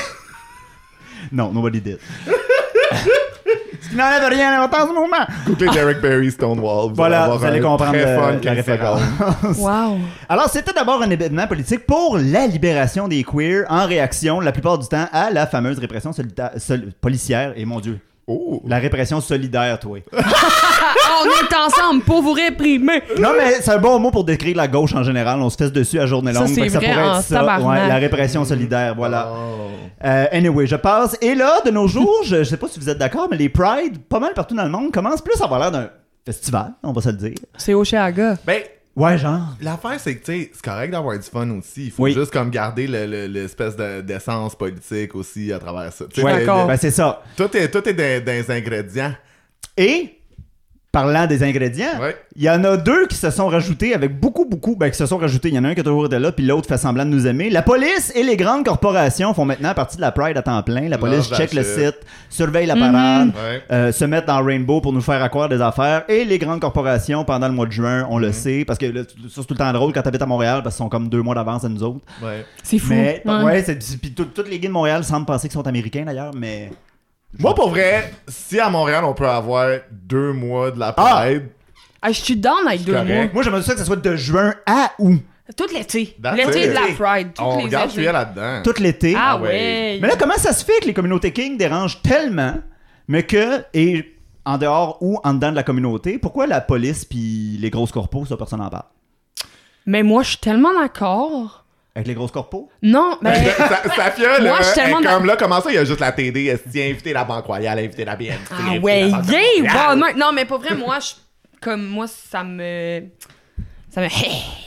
Non, nobody did. Ce qui n'enlève rien à l'importance du mouvement. Écoutez Derek Barry Stonewall. Vous Voilà, allez avoir vous allez un comprendre très le- fun la quinze référence. secondes. Wow. Alors, c'était d'abord un événement politique pour la libération des queers en réaction, la plupart du temps, à la fameuse répression solita- sol- policière. Et mon Dieu, Oh. la répression solidaire, toi. Ah, on est ensemble pour vous réprimer. Non, mais c'est un bon mot pour décrire la gauche en général. On se fesse dessus à journée Ça, longue. c'est Fait que ça vrai, pourrait en être ça. tabarnak. Ouais, la répression solidaire, voilà. Oh. Euh, anyway, je passe. Et là, de nos jours, je, je sais pas si vous êtes d'accord, mais les Pride, pas mal partout dans le monde, commencent plus à avoir l'air d'un festival, on va se le dire. C'est Oshéaga. Ben, Ouais, genre. l'affaire, c'est que, tu sais, c'est correct d'avoir du fun aussi. Il faut Oui. juste comme garder le- le- l'espèce de- d'essence politique aussi à travers ça. Tu sais, Ouais, le- d'accord. le- Ben, c'est ça. tout est, tout est dans, dans les ingrédients. Et, parlant des ingrédients, Ouais. il y en a deux qui se sont rajoutés avec beaucoup, beaucoup. Ben, qui se sont rajoutés. Il y en a un qui a toujours été là, puis l'autre fait semblant de nous aimer. La police et les grandes corporations font maintenant partie de la Pride à temps plein. La police Love check that le shit. site, surveille la parade, Ouais. euh, se mettent dans Rainbow pour nous faire accroire des affaires. Et les grandes corporations, pendant le mois de juin, on le sait, parce que là, ça, c'est tout le temps drôle quand t'habites à Montréal, parce qu'ils sont comme deux mois d'avance à nous autres. Ouais. C'est fou. Mais, Ouais. ouais, c'est, puis tout- toutes les gays de Montréal semblent penser qu'ils sont américains d'ailleurs, mais. Moi, pour vrai, si à Montréal, on peut avoir deux mois de la Ah! Pride, Ah, je suis down avec deux correct. mois. Moi, j'aimerais ça que ça soit de juin à août. Tout l'été. That's L'été it. de la Pride. Toutes on les regarde étés. juillet là-dedans. Tout l'été. Ah Ah ouais. ouais. Mais là, comment ça se fait que les communautés King dérangent tellement, mais que, et en dehors ou en dedans de la communauté, pourquoi la police puis les grosses corpos, ça, personne n'en parle? Mais moi, je suis tellement d'accord. Avec les grosses corpos? Non, mais... Sa- Safia, là, Moi, je suis elle est tellement comme là, comment ça, il y a juste la T D, est-ce qu'il a invité la Banque Royale, invité la B N C, Ah invité ouais, la Banque yeah! Royale. Bon, non, non, mais pas vrai, moi, je... Comme, moi, ça me... Ça me...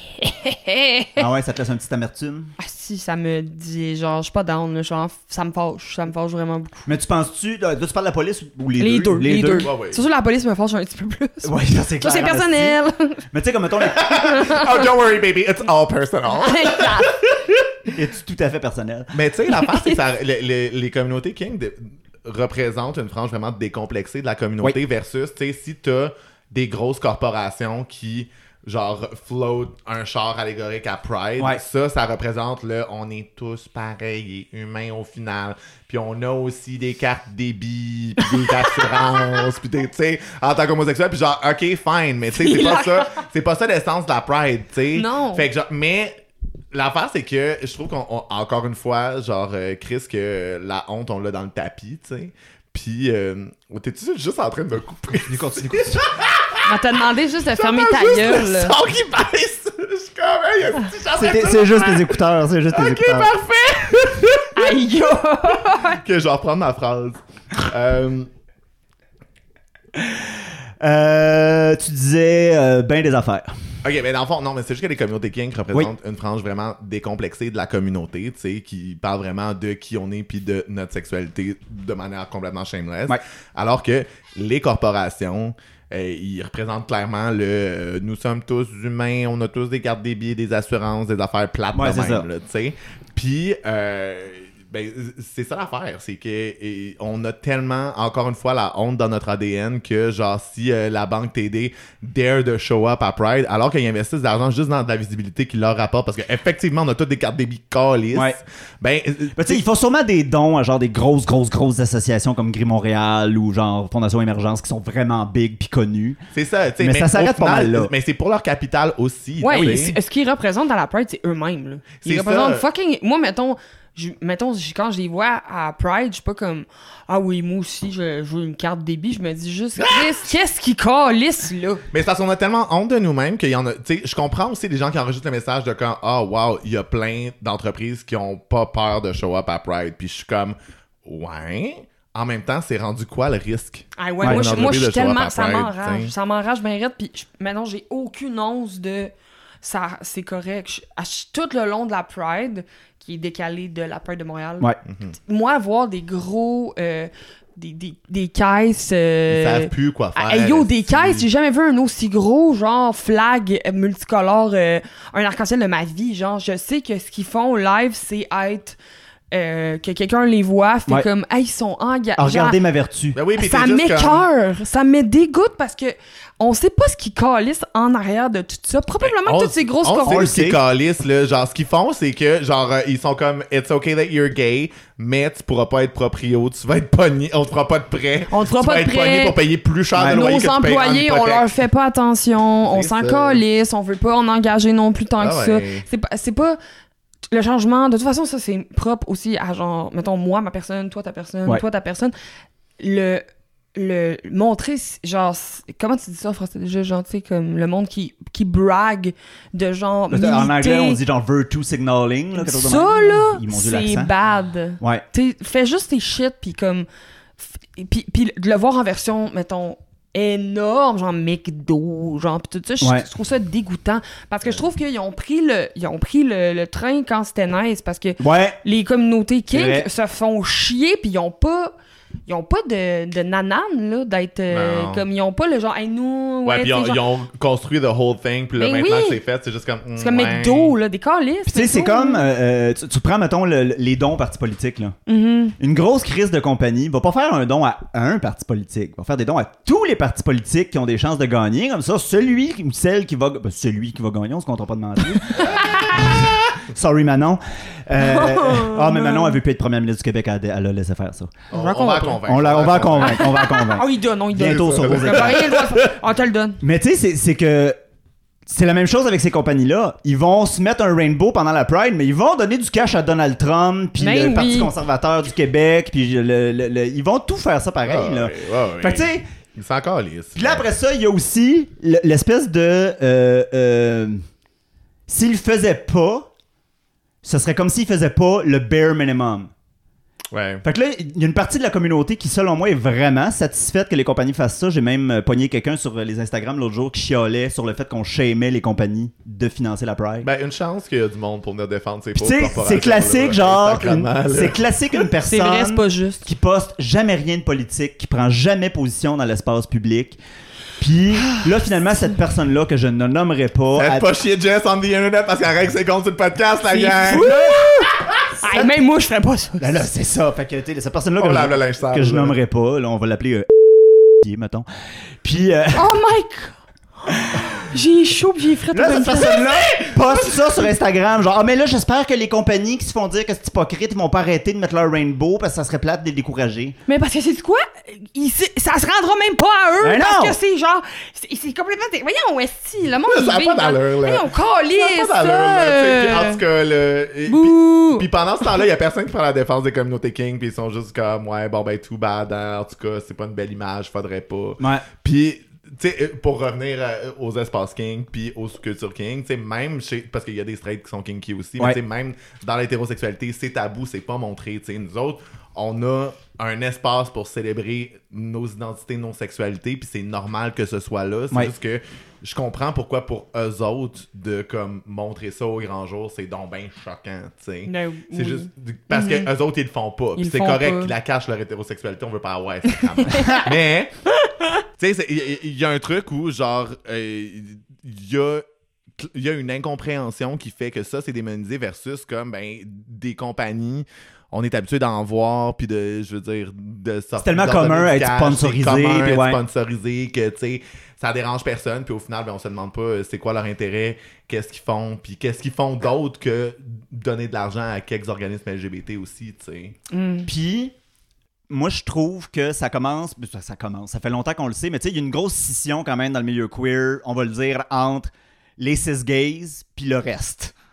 Ah ouais, ça te laisse un petit amertume. Ah si, ça me dit, genre, je suis pas down, là, genre, ça me fâche, ça me fâche vraiment beaucoup. Mais tu penses-tu, là, tu parles de la police ou les, Les deux, les deux. Ouais, ouais. C'est sûr, la police me fâche un petit peu plus. Ouais, ça c'est Ça, clair. c'est personnel. Mais tu sais, comme mettons, les... Oh, don't worry, baby, it's all personal. est tout à fait personnel. Mais tu sais, l'affaire, c'est que ça- le- le- les communautés King de- représentent une frange vraiment décomplexée de la communauté versus, tu sais, si t'as des grosses corporations qui, genre, float un char allégorique à Pride, Ouais. ça, ça représente le « on est tous pareils et humains au final ». Puis on a aussi des cartes débit, puis des assurances, puis des, tu sais, en tant qu'homosexuel, puis genre, OK, fine, mais tu sais, c'est pas ça, c'est pas ça l'essence de la Pride, tu sais. Non. Fait que genre, mais... L'affaire, c'est que je trouve qu'encore une fois, genre, euh, Chris, que la honte, on l'a dans le tapis, tu sais. Puis, euh, t'es-tu juste en train de me couper? Continue, continue, continue. On t'a demandé juste de fermer ta Juste gueule, le là. son qui baisse! Je suis comme, hey, est-ce que j'en C'est, ai c'est juste tes écouteurs, c'est juste tes Ok, écouteurs. parfait! Aïe, yo! Ok, je vais reprendre ma phrase. Euh, Euh, tu disais euh, ben des affaires. Ok, mais dans le fond, non, mais c'est juste que les communautés King représentent une frange vraiment décomplexée de la communauté, tu sais, qui parle vraiment de qui on est puis de notre sexualité de manière complètement shameless. Ouais. Alors que les corporations, euh, ils représentent clairement le euh, nous sommes tous humains, on a tous des cartes débit, des assurances, des affaires plates Ouais, de c'est même, ça. là, tu sais. Puis, euh, ben, c'est ça l'affaire, c'est que et, on a tellement, encore une fois, la honte dans notre A D N que, genre, si euh, la banque T D dare de show up à Pride, alors qu'ils investissent de l'argent juste dans de la visibilité qui leur rapporte, parce qu'effectivement, on a toutes des cartes débit calices, Ouais. ben, euh, Ben, tu sais, ils font sûrement des dons à genre des grosses, grosses, grosses associations comme Gris Montréal ou genre Fondation Émergence qui sont vraiment big puis connues. c'est ça, tu sais. Mais ça au s'arrête pas final, mal, là. Mais c'est pour leur capital aussi. Ouais, tu mais sais. c'est- ce qu'ils représentent dans la Pride, c'est eux-mêmes, là. Ils C'est représentent ça. fucking... Moi, mettons, je, mettons, quand je les vois à Pride, je suis pas comme ah oui, moi aussi, je, je veux une carte débit. Je me dis juste, qu'est-ce qui calisse là? Mais c'est parce qu'on a tellement honte de nous-mêmes qu'il y en a. Tu sais, je comprends aussi les gens qui enregistrent le message de quand, ah, oh, wow, il y a plein d'entreprises qui ont pas peur de show up à Pride. Puis je suis comme, ouais. En même temps, c'est rendu quoi le risque? Ah ouais, ouais moi, je, moi, je suis tellement. Ça Pride, m'enrage. t'sais. Ça m'enrage bien raide. Puis je, maintenant, j'ai aucune once de. Ça, c'est correct. Je, à, tout le long de la Pride, qui est décalée de la Pride de Montréal, Ouais. Mm-hmm. moi, voir des gros. Euh, des, des, des caisses. Euh, Ils savent plus quoi faire. Ah, hey, yo, des si... caisses, j'ai jamais vu un aussi gros, genre, flag multicolore, euh, un arc-en-ciel de ma vie. Genre, je sais que ce qu'ils font live, c'est être. Euh, que quelqu'un les voit, fait ouais. comme, hey, ils sont engagés. Ah, regardez ma vertu. Ben oui, pis ça m'écoeure, comme... ça me dégoûte parce que on sait pas ce qu'ils calissent en arrière de tout ça. Probablement ben, on, toutes ces grosses on corons. sait ce qu'ils calissent, là. Genre, ce qu'ils font, c'est que, genre, euh, ils sont comme, it's okay that you're gay, mais tu pourras pas être proprio, tu vas être pogné, on te fera pas de prêt. On te fera tu pas vas de être pogné prêt. pour payer plus cher Ouais. de loyer Nos que tu employés, payes en on leur fait pas attention, on s'en calisse, on veut pas en engager non plus tant ah que ouais. ça. C'est pas, c'est pas le changement. De toute façon, ça, c'est propre aussi à genre, mettons, moi, ma personne, toi, ta personne, ouais. toi, ta personne. Le, le montrer, genre, comment tu dis ça en français déjà, genre, tu sais, comme le monde qui, qui brague de genre. Là, en anglais, on dit genre virtue signaling. Là, ça, là, Ils c'est bad. Ouais. Tu fais juste tes shit, puis comme. Puis, puis de le voir en version, mettons, énorme, genre McDo, genre pis tout ça, je, ouais. je trouve ça dégoûtant parce que je trouve qu'ils ont pris le ils ont pris le, le train quand c'était nice parce que ouais. les communautés kink se font chier pis ils ont pas ils ont pas de, de nanane là d'être euh, comme ils ont pas le genre hey, nous ouais, ouais pis ils ont, genre... ils ont construit the whole thing puis là ben maintenant oui. que c'est fait c'est juste comme mm, c'est comme ouais. McDo là des calices tu sais c'est comme euh, tu, tu prends mettons le, les dons aux partis politiques là mm-hmm. une grosse crise de compagnie va pas faire un don à un parti politique va faire des dons à tous les partis politiques qui ont des chances de gagner comme ça celui ou celle qui va ben, celui qui va gagner on se comptera pas de mentir. Sorry Manon. Euh, ah oh, mais Manon elle veut plus être première ministre du Québec, elle, elle a laissé faire ça. On, on va la convaincre. On, la, on va la convaincre, on va la convaincre. Ah il donne, on il donne. Bientôt sur vos écrans. On te le donne. Mais tu sais c'est, c'est que c'est la même chose avec ces compagnies-là. Ils vont se mettre un rainbow pendant la Pride, mais ils vont donner du cash à Donald Trump, puis le oui. Parti conservateur du Québec, puis le, le, le, ils vont tout faire ça pareil. Oh, là. oui, oh, oui. Fait que tu sais... C'est encore lisse. Puis là, après ça, il y a aussi l'espèce de... Euh, euh, s'ils le faisaient pas, ce serait comme s'ils faisaient pas le bare minimum. Ouais. Fait que là, il y a une partie de la communauté qui, selon moi, est vraiment satisfaite que les compagnies fassent ça. J'ai même euh, pogné quelqu'un sur les Instagram l'autre jour qui chialait sur le fait qu'on shamait les compagnies de financer la Pride. Ben, une chance qu'il y a du monde pour venir défendre ses pauvres corporations. C'est classique, là, genre, une, c'est classique une personne c'est vrai, c'est pas juste. qui poste jamais rien de politique, qui prend jamais position dans l'espace public. Puis là, finalement, cette personne-là que je ne nommerai pas... Faites elle... pas chier Jess on the internet parce qu'elle règle ses comptes sur le podcast, la gang! Ah, même moi, je ferais pas ça. Là, là, c'est ça. Fait que, tu sais, cette personne-là que, je, je, sale, que je nommerai pas, là, on va l'appeler... Euh, mettons. Puis... Euh... Oh my God! J'ai chaud pis j'ai frais. Là, cette personne-là poste ça sur Instagram. Genre, ah, mais là, j'espère que les compagnies qui se font dire que c'est hypocrite, ils vont pas arrêter de mettre leur rainbow parce que ça serait plate de les décourager. Mais parce que c'est quoi? Il, ça se rendra même pas à eux. Mais parce non. que c'est genre. C'est, c'est complètement. Voyons, esti, le monde. Ça n'a pas d'allure, là. Voyons, calisse. Ça n'a pas d'allure, là. En tout cas, là. Puis pendant ce temps-là, il y a personne qui prend la défense des communautés King, puis ils sont juste comme, ouais, bon, ben, too bad, hein. En tout cas, c'est pas une belle image, faudrait pas. Ouais. Puis. Tu sais, pour revenir euh, aux espaces king puis aux sous-cultures king, tu sais, même chez, parce qu'il y a des straights qui sont kinky aussi, ouais. Mais tu sais, même dans l'hétérosexualité, c'est tabou, c'est pas montré, tu sais, nous autres, on a un espace pour célébrer nos identités, nos sexualités, puis c'est normal que ce soit là, c'est ouais. Juste que je comprends pourquoi pour eux autres de comme montrer ça au grand jour, c'est donc ben choquant, tu sais. No, c'est oui. juste parce mm-hmm. que eux autres ils le font pas, puis c'est correct qu'ils la cachent leur hétérosexualité, on veut pas ouais, c'est quand même. Mais tu sais, il y, y a un truc où, genre, il euh, y a il y a une incompréhension qui fait que ça, c'est démonisé versus, comme, ben, des compagnies, on est habitué d'en voir, puis de, je veux dire, de sortir... C'est tellement commun à être sponsorisé. C'est commun à être ouais. sponsorisé que, tu sais, ça dérange personne, puis au final, ben, on se demande pas c'est quoi leur intérêt, qu'est-ce qu'ils font, puis qu'est-ce qu'ils font d'autre que donner de l'argent à quelques organismes L G B T aussi, tu sais. Mm. Puis... Moi, je trouve que ça commence... Ça, ça commence, ça fait longtemps qu'on le sait, mais tu sais, il y a une grosse scission quand même dans le milieu queer, on va le dire, entre les cis-gays puis le reste.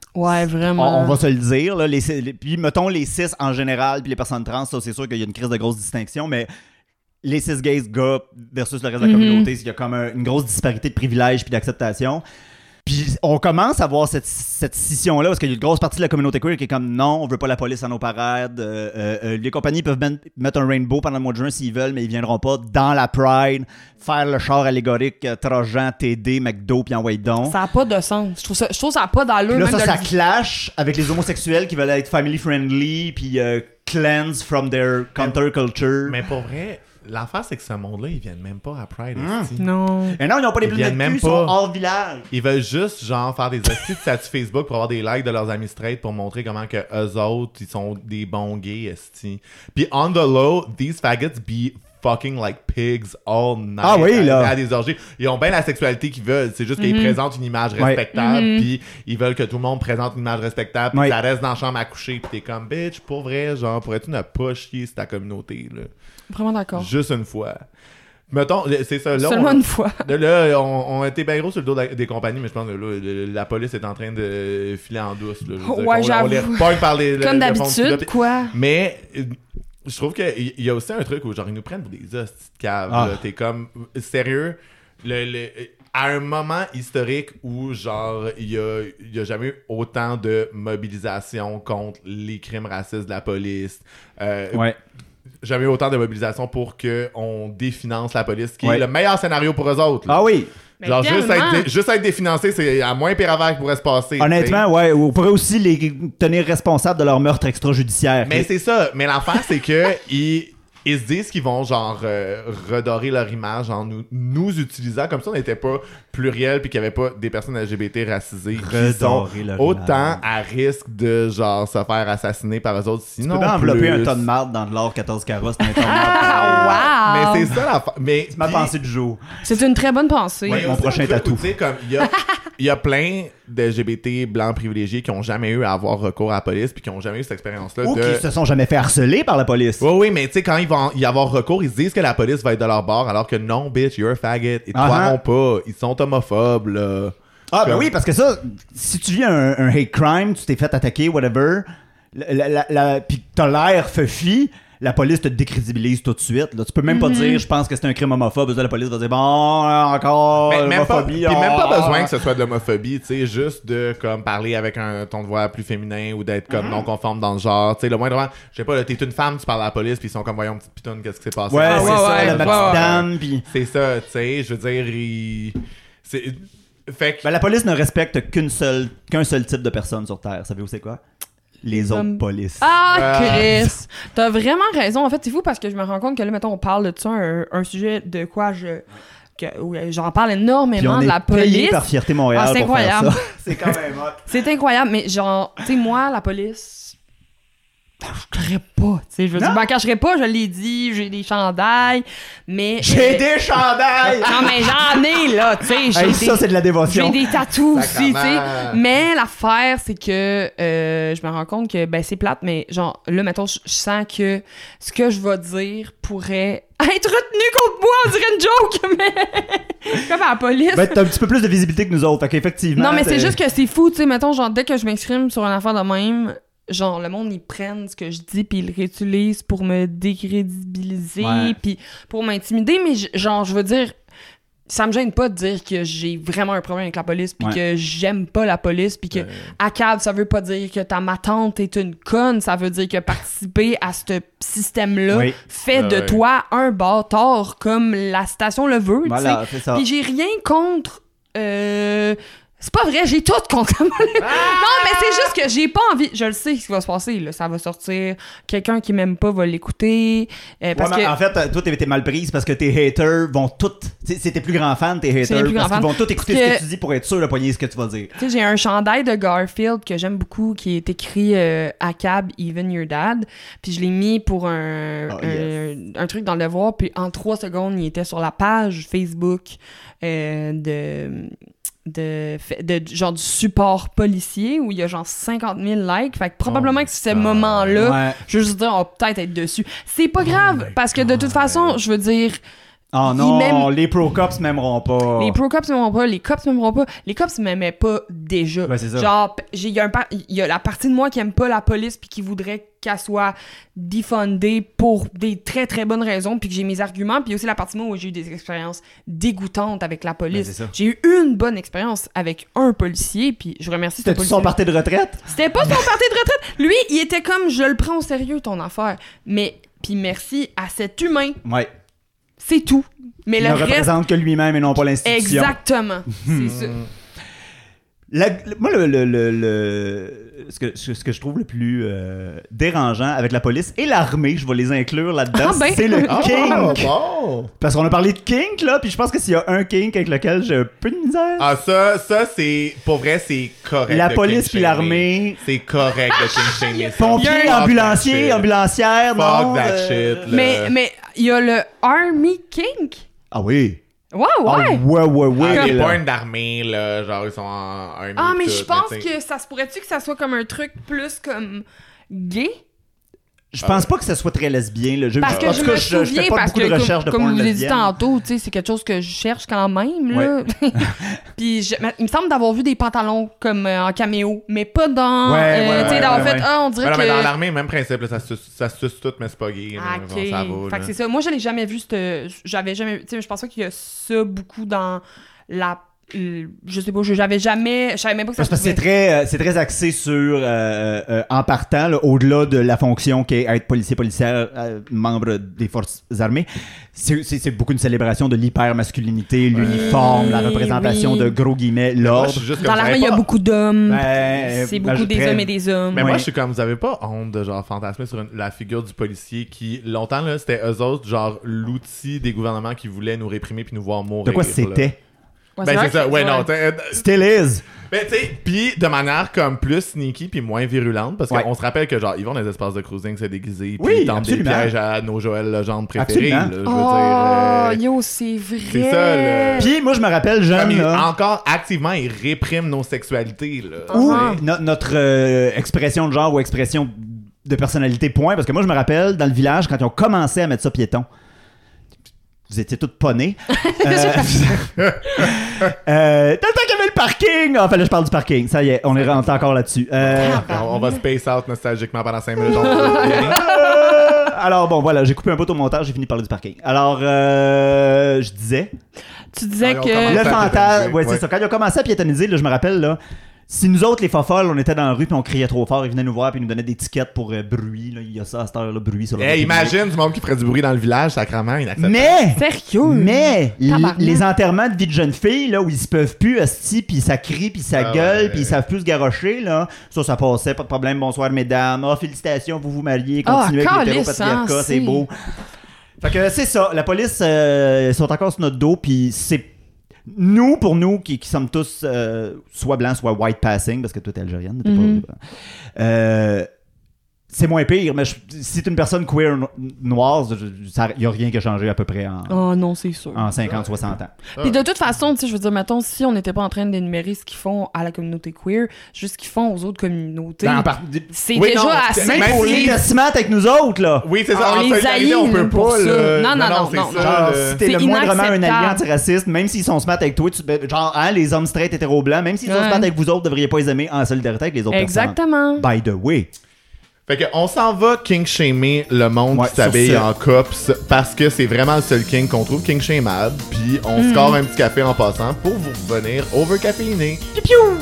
Ouais, On, vraiment. on va se le dire. Là, les, les- puis mettons les cis en général, puis les personnes trans, ça, c'est sûr qu'il y a une crise de grosse distinction, mais les cis gays gars versus le reste de la Mhm. communauté, il y a comme un- une grosse disparité de privilèges puis d'acceptation. Puis on commence à voir cette, cette scission-là, parce qu'il y a une grosse partie de la communauté queer qui est comme non, on veut pas la police à nos parades. Euh, euh, euh, les compagnies peuvent ben- mettre un rainbow pendant le mois de juin s'ils veulent, mais ils viendront pas dans la Pride faire le char allégorique euh, Trojan, T D, McDo, puis en Wait donc. Ça a pas de sens. Je trouve ça, je trouve ça a pas d'allure. Là, même ça, de ça le- clash avec les homosexuels qui veulent être family friendly, puis euh, cleanse from their counterculture. Mais pour vrai, l'affaire, c'est que ce monde-là, ils viennent même pas à Pride. Mm. esti. Non. Et non, ils n'ont pas les Ils bleus viennent de même cul, ils sont pas. hors village. Ils veulent juste, genre, faire des hosties de statuts Facebook pour avoir des likes de leurs amis straight pour montrer comment que eux autres, ils sont des bons gays, esti. Puis, on the low, these faggots be fucking like pigs all night. Ah oui, à, là. à des orgies. Ils ont bien la sexualité qu'ils veulent. C'est juste qu'ils Mhm. présentent une image Ouais. respectable, Mhm. puis ils veulent que tout le monde présente une image respectable, puis Ouais. ça reste dans la chambre à coucher, puis t'es comme, bitch, pour vrai, genre, pourrais-tu ne pas chier sur ta communauté, là? Vraiment d'accord. Juste une fois. Mettons, c'est ça, là, Seulement on, une fois. là, là, on, on était bien gros sur le dos de la- des compagnies, mais je pense que là, le- la police est en train de filer en douce, là. Je veux dire, Ouais, qu'on- on j'avoue. les repogne par les... le- Comme le fond du d'habitude, culotte. quoi. Mais euh, je trouve qu'il y a aussi un truc où genre ils nous prennent pour des hosties de caves. Ah. là. T'es comme sérieux. Le, le- à un moment historique où genre il y a, il y a jamais eu autant de mobilisation contre les crimes racistes de la police. Euh, Ouais. Jamais eu autant de mobilisation pour qu'on définance la police, qui Ouais. est le meilleur scénario pour eux autres. là. Ah oui. Mais Genre juste tellement. être, dé- juste être définancé, c'est la moins pire affaire qui pourrait se passer. Honnêtement, ouais. On pourrait aussi les tenir responsables de leur meurtre extrajudiciaire. Mais c'est ça. Mais l'affaire, c'est que ils, ils se disent qu'ils vont genre euh, redorer leur image en nous, nous utilisant comme ça on n'était pas pluriel puis qu'il n'y avait pas des personnes L G B T racisées qui sont Redorer leur autant image. à risque de genre se faire assassiner par eux autres. Tu Sinon, peux pas envelopper plus. un ton de marde dans de l'or quatorze carats, c'est un ton de marde. Ah, wow! Mais c'est ça l'affaire. Mais C'est ma puis- pensée du jour. C'est une très bonne pensée. Ouais, il y a mon aussi prochain un truc tatou. où, tu sais, comme il y a, il y a plein de L G B T blancs privilégiés qui ont jamais eu à avoir recours à la police puis qui ont jamais eu cette expérience-là Ou de... qui se sont jamais fait harceler par la police. Oui, oui, mais tu sais, quand ils vont y avoir recours, ils se disent que la police va être de leur bord, alors que non, bitch, you're a faggot. Ils te Ah, croiront pas. Ils sont homophobes, là. Ah, ben Comme- oui, parce que ça, si tu vis un, un hate crime, tu t'es fait attaquer, whatever, la, la, la, la- pis que t'as l'air fuffy, la police te décrédibilise tout de suite. Là. Tu peux même pas dire, je pense que c'est un crime homophobe. Là, la police va dire, bon, encore, Mais même pas, homophobie. puis même pas ah. besoin que ce soit de l'homophobie, tu sais, juste de comme parler avec un ton de voix plus féminin ou d'être comme non conforme dans le genre, tu sais, le moindre, je sais pas, là, t'es une femme, tu parles à la police, puis ils sont comme voyons petite pitoune, qu'est-ce qui s'est passé? Ouais, Ah, c'est ouais, ça, ouais, la ouais, petite ouais. dame, pis... C'est ça, tu sais, je veux dire, il... c'est... Fait que... Ben, la police ne respecte qu'une seule, qu'un seul type de personne sur Terre. Savez-vous c'est quoi? Les autres hommes. polices. Ah, Ah. Chris! T'as vraiment raison. En fait, c'est fou parce que je me rends compte que là, mettons, on parle de ça, un, un sujet de quoi je. Que, où j'en parle Puis énormément on de est la payé police. par Fierté Montréal Ah, c'est pour faire incroyable. ça. C'est quand même hot. C'est incroyable, mais genre, tu sais, moi, la police. Je ferais pas, tu sais, je veux dire, Non. je m'en cacherais pas, je l'ai dit, j'ai des chandails, mais... J'ai euh, des chandails! Non, mais j'en ai, là, tu sais, j'ai Hey, des... ça, c'est de la J'ai dévotion. des tatous aussi, tu sais. Sacrement. Mais l'affaire, c'est que euh, je me rends compte que, ben, c'est plate, mais genre, là, mettons, je je sens que ce que je vais dire pourrait être retenu contre moi, on dirait une joke, mais comme à la police. Ben, t'as un petit peu plus de visibilité que nous autres, fait qu'effectivement... non, mais c'est t'es- juste que c'est fou, tu sais, mettons, genre, dès que je m'exprime sur une affaire de même, genre, le monde, ils prennent ce que je dis puis ils le réutilisent pour me décrédibiliser Ouais. puis pour m'intimider, mais j- genre, je veux dire... Ça me gêne pas de dire que j'ai vraiment un problème avec la police puis Ouais. que j'aime pas la police puis que à cab ça veut pas dire que ta ma tante est une conne, ça veut dire que participer à ce système-là Oui. fait Ouais, de ouais. toi un bâtard comme la station le veut, tu sais. Voilà, c'est ça. Puis j'ai rien contre euh, c'est pas vrai, j'ai tout contre la police. Non, mais c'est juste que j'ai pas envie. Je le sais ce qui va se passer, là. Ça va sortir. Quelqu'un qui m'aime pas va l'écouter. euh, parce Ouais, mais que. en fait, euh, toi, t'es t'es mal prise parce que tes haters vont toutes... tu sais, C'est tes plus grands fans, tes C'est les haters, plus parce grands qu'ils fans. vont tous écouter Parce ce que- que tu dis pour être sûr de poigner ce que tu vas dire. Tu sais, j'ai un chandail de Garfield que j'aime beaucoup qui est écrit euh, à cab, Even Your Dad. Puis je l'ai mis pour un, Oh, un, yes. un truc dans le devoir. Puis en trois secondes, il était sur la page Facebook euh, de, de, de, de genre du support policier où il y a genre cinquante mille likes. Fait que probablement Oh que ce my God. moment-là, Ouais. je veux juste dire, on va peut-être être dessus. C'est pas grave my parce que de toute God. façon, je veux dire. Oh Ils non, m'aiment- les pro-cops m'aimeront pas. Les pro-cops m'aimeront pas, les cops m'aimeront pas. Les cops m'aimaient pas déjà. Ouais, c'est ça. Genre, p- j'ai- il y, a un par- il y a la partie de moi qui aime pas la police puis qui voudrait qu'elle soit defundée pour des très très bonnes raisons puis que j'ai mes arguments. Puis il y a aussi la partie de moi où j'ai eu des expériences dégoûtantes avec la Ouais, police. c'est ça. J'ai eu une bonne expérience avec un policier puis je remercie ce C'était-tu policier. son party de retraite? C'était pas son parti de retraite. Lui, il était comme, je le prends au sérieux ton affaire. Mais, puis merci à cet humain. Ouais. C'est tout. Mais Il le ne reste... représente que lui-même et non pas l'institution. Exactement. C'est ça. La- le- moi, le, le, le, le- ce, que, ce que je trouve le plus euh, dérangeant avec la police et l'armée, je vais les inclure là-dedans, Ah ben. c'est le Ah, kink. bon! Parce qu'on a parlé de kink, là, puis je pense que s'il y a un kink avec lequel j'ai un peu de misère, Ah, ça, ça c'est. Pour vrai, c'est correct. la de police king puis shamer. C'est C'est correct de king shamer ça. pompiers, Il y a un- ambulanciers, Fuck that shit. ambulancières, Fuck non. that euh, shit, là. Mais, mais, il y a le Army Kink. Ah oui. Ouais, Ah ouais. ouais, ouais, ouais. Ah, les là. points d'armée, là, genre, ils sont en army. Ah, mais tout, je pense tu sais. que ça se pourrait-tu que ça soit comme un truc plus comme gay? Je pense pas que ça soit très lesbien, là. Je, Parce que en je tout cas, me je, je souviens, fais pas parce beaucoup que de recherches de comme, porn comme je vous l'ai dit lesbienne. tantôt, tu sais, c'est quelque chose que je cherche quand même, là. Puis je- il me semble d'avoir vu des pantalons comme euh, en caméo, mais pas dans... Ouais, euh, ouais, tu sais, ouais, d'avoir ouais, fait, ouais. ah, on dirait Mais non, que... mais dans l'armée, même principe, là, ça se suce- ça se suce tout, mais c'est pas gay. là. Ah, Bon, ok. ça va, Fait là. que c'est ça. Moi, je l'ai jamais vu, cette... j'avais jamais... Tu sais, je pense pas qu'il y a ça beaucoup dans la... Je sais pas, je- j'avais jamais... Je savais même pas que ça Parce que c'est pouvait- très, euh, c'est très axé sur, euh, euh, en partant, là, au-delà de la fonction qu'est être policier, policière, euh, membre des forces armées, c'est, c'est, c'est beaucoup une célébration de l'hyper-masculinité, l'uniforme, la représentation oui. de gros guillemets, Moi, je l'ordre. suis juste Dans comme, l'armée, vous il y a avez pas- beaucoup d'hommes. Ben, c'est ben, beaucoup je- des très- hommes et des hommes. Mais moi, Ouais. je suis comme, vous avez pas honte de genre fantasmer sur une- la figure du policier qui, longtemps, là, c'était eux autres, genre, l'outil des gouvernements qui voulaient nous réprimer puis nous voir mourir. De quoi là. c'était? Ouais, Ben, vrai c'est ça, que- ouais, non. t'sais, euh, Still is. Ben, tu sais, pis de manière comme plus sneaky puis moins virulente, parce Ouais. qu'on se rappelle que, genre, ils vont dans les espaces de cruising se déguiser, puis Oui, ils tentent des absolument. pièges à nos Joël Legendre préférés, là, Absolument. je veux Oh, dire. euh, yo, c'est vrai. c'est ça, le- Puis moi, je me rappelle, comme jeune, ils- là, encore activement, ils répriment nos sexualités, là. ou Uh-huh. no- notre euh, expression de genre ou expression de personnalité, point. Parce que moi, je me rappelle, dans le village, quand ils ont commencé à mettre ça piéton, vous étiez toutes pas nées. euh, euh, dans le temps qu'il y avait le parking! Enfin, là, je parle du parking. Ça y est, on est rentré encore là-dessus. Euh, On, on va space out nostalgiquement pendant cinq minutes. on va- euh, alors, bon, voilà, j'ai coupé un peu au montage, j'ai fini de parler du parking. Alors, euh, je disais... Tu disais Ah, on que... commence Le à fantasme, piétoniser, ouais, ouais. c'est ça. Quand ils ont commencé à piétoniser, là, je me rappelle, là, si nous autres, les fofolles, on était dans la rue puis on criait trop fort, ils venaient nous voir puis ils nous donnaient des tickets pour euh, bruit. Là. Il y a ça à cette heure-là, bruit sur le Hey, imagine du monde qui ferait du bruit dans le village, sacrément, inacceptable. Mais, Sérieux? mais, l- Tabarnak. les enterrements de vie de jeunes filles, là, où ils se peuvent plus, hostie, puis ça crie, puis ça Ah gueule, ouais. puis ils savent plus se garrocher, là, ça, ça passait, pas de problème. Bonsoir, mesdames. Ah, félicitations, vous vous mariez, Ah, continuez avec calisse, l'hétéropatriarcat, hein, c'est c'est- beau. Fait que c'est ça, la police, euh, ils sont encore sur notre dos, puis c'est... Nous, pour nous, qui, qui sommes tous euh, soit blancs, soit white passing, parce que toi, t'es algérienne, t'es Mhm. pas... Euh, c'est moins pire, mais je- si t'es une personne queer no- noire, il n'y a rien qui a changé à peu près en, Oh non, c'est sûr. en cinquante soixante ans. Puis de toute façon, tu sais, je veux dire, mettons, si on n'était pas en train d'énumérer ce qu'ils font à la communauté queer, juste ce qu'ils font aux autres communautés, Ben, en part- c'est Oui, déjà non, assez... Même Même pour si- les testaments avec nous autres, là. Oui, c'est ça. Ah, on en les solidarité, haït, on peut là, pour pas, ça. là. Non, non, non, c'est non, ça, Genre, le- si t'es C'est le moindrement un inacceptable. allié antiraciste, même s'ils sont smart avec toi, tu, ben, genre, hein, les hommes straight hétéro-blancs, même s'ils sont Ouais. smart avec vous autres, devriez pas les aimer en solidarité avec les autres Exactement. personnes. By the way. Fait que on s'en va king shamer le monde Ouais, qui s'habille sur ce. en cops parce que c'est vraiment le seul king qu'on trouve king shamable. Puis on Mm. score un petit café en passant pour vous revenir overcaféiné. Piou piou!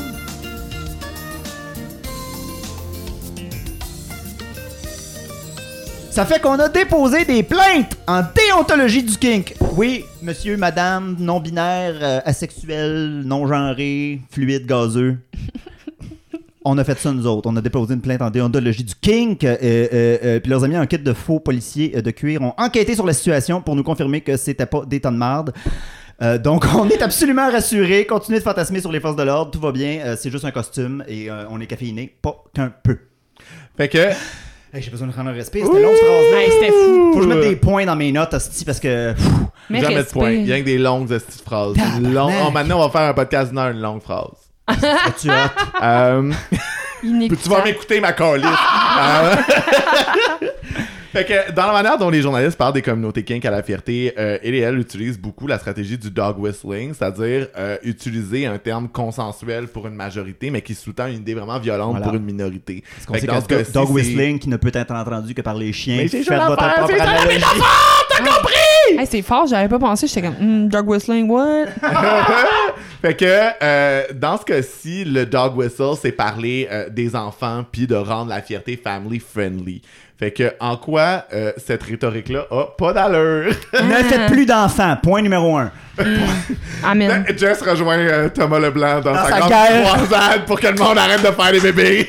Ça fait qu'on a déposé des plaintes en déontologie du kink. Oui, monsieur, madame, non-binaire, euh, asexuel, non-genré, fluide, gazeux. On a fait ça nous autres. On a déposé une plainte en déontologie du kink. Euh, euh, euh, puis leurs amis en kit de faux policiers euh, de cuir ont enquêté sur la situation pour nous confirmer que c'était pas des tonnes de marde. Euh, donc on est absolument rassurés. Continuez de fantasmer sur les forces de l'ordre. Tout va bien. Euh, c'est juste un costume et euh, on est caféiné. Pas qu'un peu. Fait que Hey, j'ai besoin de prendre un respect. C'était long, ce phrase-là. Hey, c'était fou. Faut que je mette des points dans mes notes, hostie, parce que... pff, Mais jamais de respect. point. Il y a que des longues petites phrases. Une longue- oh, maintenant, on va faire un podcast d'une heure, une longue phrase. es-tu hot? Euh, Inécoutable. tu vas m'écouter, ma calice. Euh, Fait que dans la manière dont les journalistes parlent des communautés kink à la fierté, euh, elle et elle utilisent beaucoup la stratégie du dog whistling, c'est-à-dire euh, utiliser un terme consensuel pour une majorité, mais qui sous-tend une idée vraiment violente Voilà. pour une minorité. Parce qu'on Fait sait que dans que ce cas-ci, dog c'est- whistling qui ne peut être entendu que par les chiens. Mais j'ai Faites joué votre l'affaire, propre c'est ça, analogie. T'as compris? Hey, c'est fort, j'avais pas pensé. J'étais comme, hmm, dog whistling, what? Fait que euh, dans ce cas-ci, le dog whistle, c'est parler euh, des enfants puis de rendre la fierté family friendly. Fait que en quoi euh, cette rhétorique-là a pas d'allure? Ne faites plus d'enfants. Point numéro un. Amen. Jess rejoint euh, Thomas Leblanc dans, Dans sa, sa grande guerre. croisade pour que le monde arrête de faire des bébés.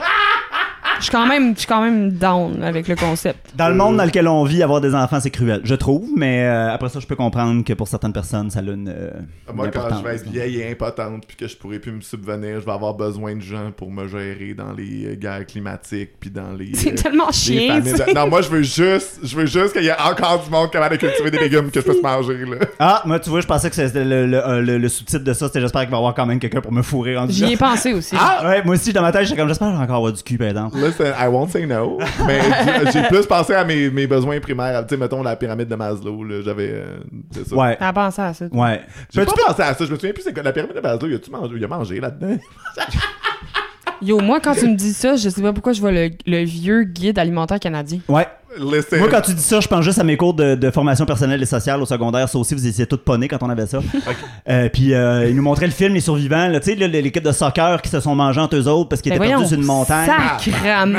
Je suis quand même, je suis quand même down avec le concept. Dans le monde dans lequel on vit, avoir des enfants, c'est cruel, je trouve. Mais euh, après ça, je peux comprendre que pour certaines personnes, ça a une, euh, Moi, une quand importance. je vais être vieille et impotente puis que je pourrai plus me subvenir, je vais avoir besoin de gens pour me gérer dans les euh, guerres climatiques puis dans les... C'est euh, tellement les chiant. familles de- Non, moi, je veux juste je veux juste qu'il y ait encore du monde capable de cultiver des légumes que je puisse manger, là. Ah, moi, tu vois, je pensais que c'était le, le, euh, le- le sous-titre de ça, c'était j'espère qu'il va y avoir quand même quelqu'un pour me fourrer en J'y ai pensé aussi. Ah! Ouais, moi aussi, dans ma tête, j'étais comme j'espère que j'ai encore avoir du cul, par exemple. Listen, I won't say no, mais j'ai- j'ai plus pensé à mes, mes besoins primaires. Tu sais, mettons la pyramide de Maslow, là, j'avais... euh, c'est ça. Ouais. T'as pensé à ça? toi? Ouais. J'ai Peux-tu pas pensé à ça, je me souviens plus c'est quoi la pyramide de Maslow, y a-tu mangé, il a mangé là-dedans? Yo, moi, quand tu me dis ça, je sais pas pourquoi je vois le, le vieux guide alimentaire canadien. Ouais. Listen. Moi, quand tu dis ça, je pense juste à mes cours de, de formation personnelle et sociale au secondaire. Ça aussi, vous étiez tous ponés quand on avait ça. Euh, puis, euh, ils nous montraient le film Les Survivants. là. Tu sais, là, l'équipe de soccer qui se sont mangés entre eux autres parce qu'ils Ben étaient voyons, perdus sur une montagne. Sacrement!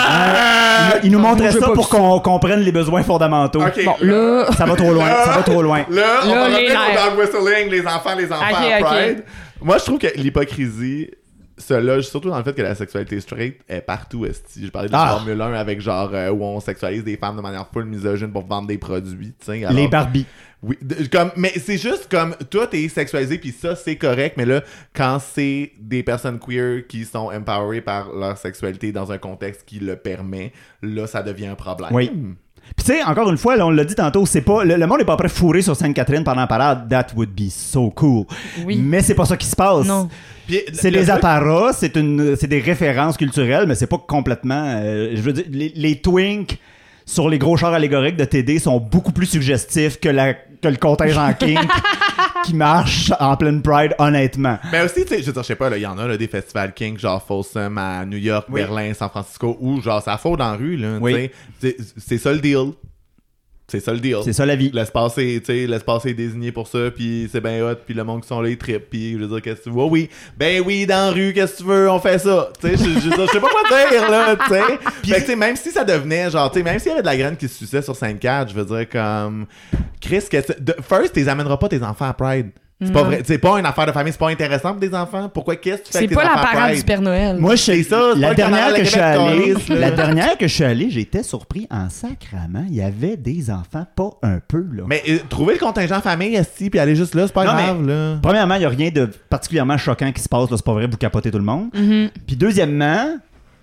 Ah! Ils nous Non, montraient je veux ça pas pour ça. qu'on comprenne les besoins fondamentaux. Ok. Bon, là... Ça va trop loin, ça va trop loin. Là, on Là, va les revenir au nerfs. dog whistling, les enfants, les enfants Ok, à ok. Pride. Moi, je trouve que l'hypocrisie se loge surtout dans le fait que la sexualité straight est partout, esti. Je parlais de la Ah. Formule un avec genre euh, où on sexualise des femmes de manière full misogyne pour vendre des produits, tu sais. Les alors- Barbies. Oui, de- comme, mais c'est juste comme tout est sexualisé puis ça c'est correct, mais là quand c'est des personnes queer qui sont empowerées par leur sexualité dans un contexte qui le permet, là ça devient un problème. Oui. Puis tu sais, encore une fois, là, on l'a dit tantôt, c'est pas le, le monde n'est pas prêt fourré sur Sainte-Catherine pendant la parade. That would be so cool. Oui. Mais c'est pas ça qui se passe. Non. Puis, C'est le les truc- apparats, c'est une, c'est des références culturelles, mais c'est pas complètement. euh, je veux dire, les, les twinks sur les gros chars allégoriques de T D sont beaucoup plus suggestifs que, la, que le contingent kink qui marche en pleine Pride, honnêtement. Mais aussi, tu sais, je veux dire, je sais pas, là, il y en a là, des festivals kink, genre Folsom à New York, Oui. Berlin, San Francisco, où genre ça faute dans la rue, là, tu Oui. sais. C'est- C'est ça le deal. C'est ça le deal. C'est ça la vie. L'espace est, tu sais, l'espace est désigné pour ça, puis c'est bien hot, puis le monde qui sont là, ils trippent, puis je veux dire, qu'est-ce que tu veux? Oh oui, ben oui, dans la rue, qu'est-ce que tu veux? On fait ça. Tu sais, je je veux dire, je sais pas quoi dire, là, tu sais. Fait que, tu sais, même si ça devenait, genre, tu sais, même s'il y avait de la graine qui se suçait sur Sainte-Cat, je veux dire, comme, Chris, qu'est-ce que- de- first, t'es amèneras pas tes enfants à Pride. C'est pas Non. vrai. C'est pas une affaire de famille, c'est pas intéressant pour des enfants. Pourquoi qu'est-ce que tu fais C'est avec tes pas la enfants à parade Pride? du Père Noël. Moi, je C'est ça, c'est pas la le dernière canal que de je suis Québec, allé, câlisse, là. la dernière que je suis allé, j'étais surpris en sacrament. Il y avait des enfants, pas un peu là. Mais euh, trouver le contingent famille, esti, puis aller juste là, c'est pas Non, mais- grave, là. Premièrement, il n'y a rien de particulièrement choquant qui se passe. Là, c'est pas vrai, vous capotez tout le monde. Mhm. Puis deuxièmement,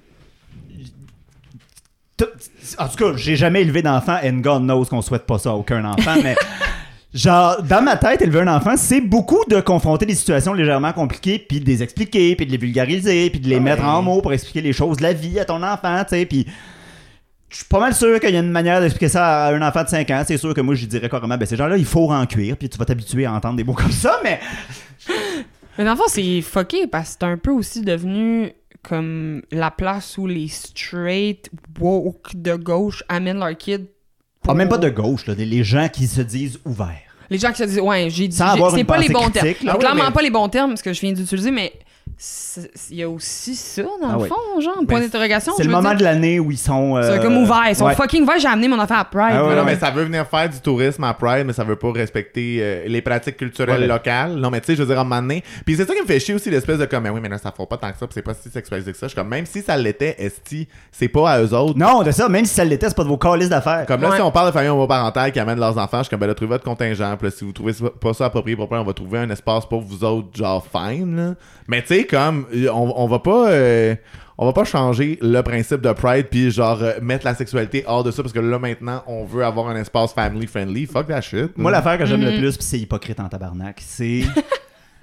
t- en tout cas, j'ai jamais élevé d'enfant, and God knows qu'on souhaite pas ça à aucun enfant, mais genre, dans ma tête, élever un enfant, c'est beaucoup de confronter des situations légèrement compliquées, puis de les expliquer, puis de les vulgariser, puis de les Ah mettre ouais. en mots pour expliquer les choses de la vie à ton enfant, tu sais, puis je suis pas mal sûr qu'il y a une manière d'expliquer ça à un enfant de cinq ans. C'est sûr que moi, je dirais carrément, ben ces gens-là, il faut en cuire, puis tu vas t'habituer à entendre des mots comme ça, mais Mais dans le fond, c'est fucké parce que c'est un peu aussi devenu comme la place où les straight woke de gauche amènent leurs kids. pas même pas de gauche, là, des- les gens qui se disent ouverts. Les gens qui se disent, ouais, j'ai dit, Sans j'ai- avoir c'est une pas les pensée bons critique, termes. là. Ah oui, Clairement mais- pas les bons termes, ce que je viens d'utiliser, mais c'est- il y a aussi ça dans Ah le oui. fond, genre, point Mais d'interrogation. C'est je le veux moment dire. de l'année où ils sont. euh, C'est comme ouvert, ils sont ouais. fucking ouverts. J'ai amené mon enfant à Pride. Ah ouais, Non, là. mais ça veut venir faire du tourisme à Pride, mais ça veut pas respecter euh, les pratiques culturelles Ouais. locales. Non, mais tu sais, je veux dire, à un moment donné. Puis c'est ça qui me fait chier aussi, l'espèce de comme, mais oui, mais là, ça faut pas tant que ça, puis c'est pas si sexualisé que ça. Je suis comme, même si ça l'était, esti, c'est pas à eux autres. Non, de ça, même si ça l'était, c'est pas de vos calices d'affaires. Comme là, Ouais. si on parle de familles homoparentales qui amènent leurs enfants, je suis comme, ben là, trouvez votre contingent. Puis là, si vous trouvez ça- pas ça approprié pour Pride, on va trouver un espace pour vous autres, genre, fine, là. Mais tu sais, comme, on, on va pas. euh, On va pas changer le principe de Pride puis genre euh, mettre la sexualité hors de ça parce que là maintenant on veut avoir un espace family friendly. Fuck that shit. Moi, là. l'affaire que j'aime Mhm. le plus, pis c'est hypocrite en tabarnak, c'est.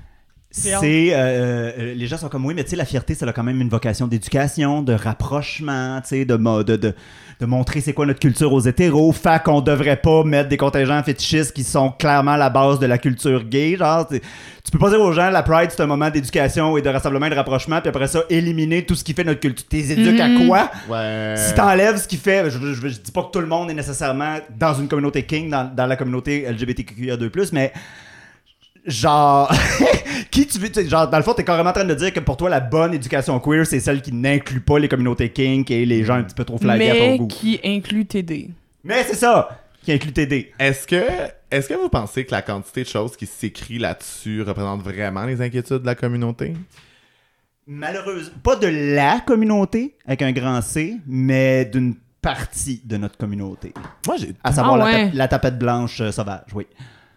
c'est... Euh, les gens sont comme, oui, mais tu sais, la fierté, ça a quand même une vocation d'éducation, de rapprochement, tu sais, de, de, de, de montrer c'est quoi notre culture aux hétéros. Fait qu'on devrait pas mettre des contingents fétichistes qui sont clairement la base de la culture gay. Genre, tu peux pas dire aux gens, la Pride, c'est un moment d'éducation et de rassemblement et de rapprochement, puis après ça, éliminer tout ce qui fait notre culture. T'es éduques Mm-hmm. à quoi? Ouais. Si t'enlèves ce qui fait... Je, je, je, je dis pas que tout le monde est nécessairement dans une communauté king, dans, dans la communauté L G B T Q I A deux plus, mais... Genre, qui tu veux, tu sais, genre, dans le fond, t'es carrément en train de dire que pour toi, la bonne éducation queer, c'est celle qui n'inclut pas les communautés kink et les gens un petit peu trop flagués à ton Mais goût. qui inclut T D. Mais c'est ça, qui inclut T D. Est-ce que, est-ce que vous pensez que la quantité de choses qui s'écrit là-dessus représente vraiment les inquiétudes de la communauté? Malheureusement, pas de la communauté, avec un grand C, mais d'une partie de notre communauté. Moi, j'ai, À savoir Ah la, ouais. ta- la tapette blanche euh, sauvage, oui.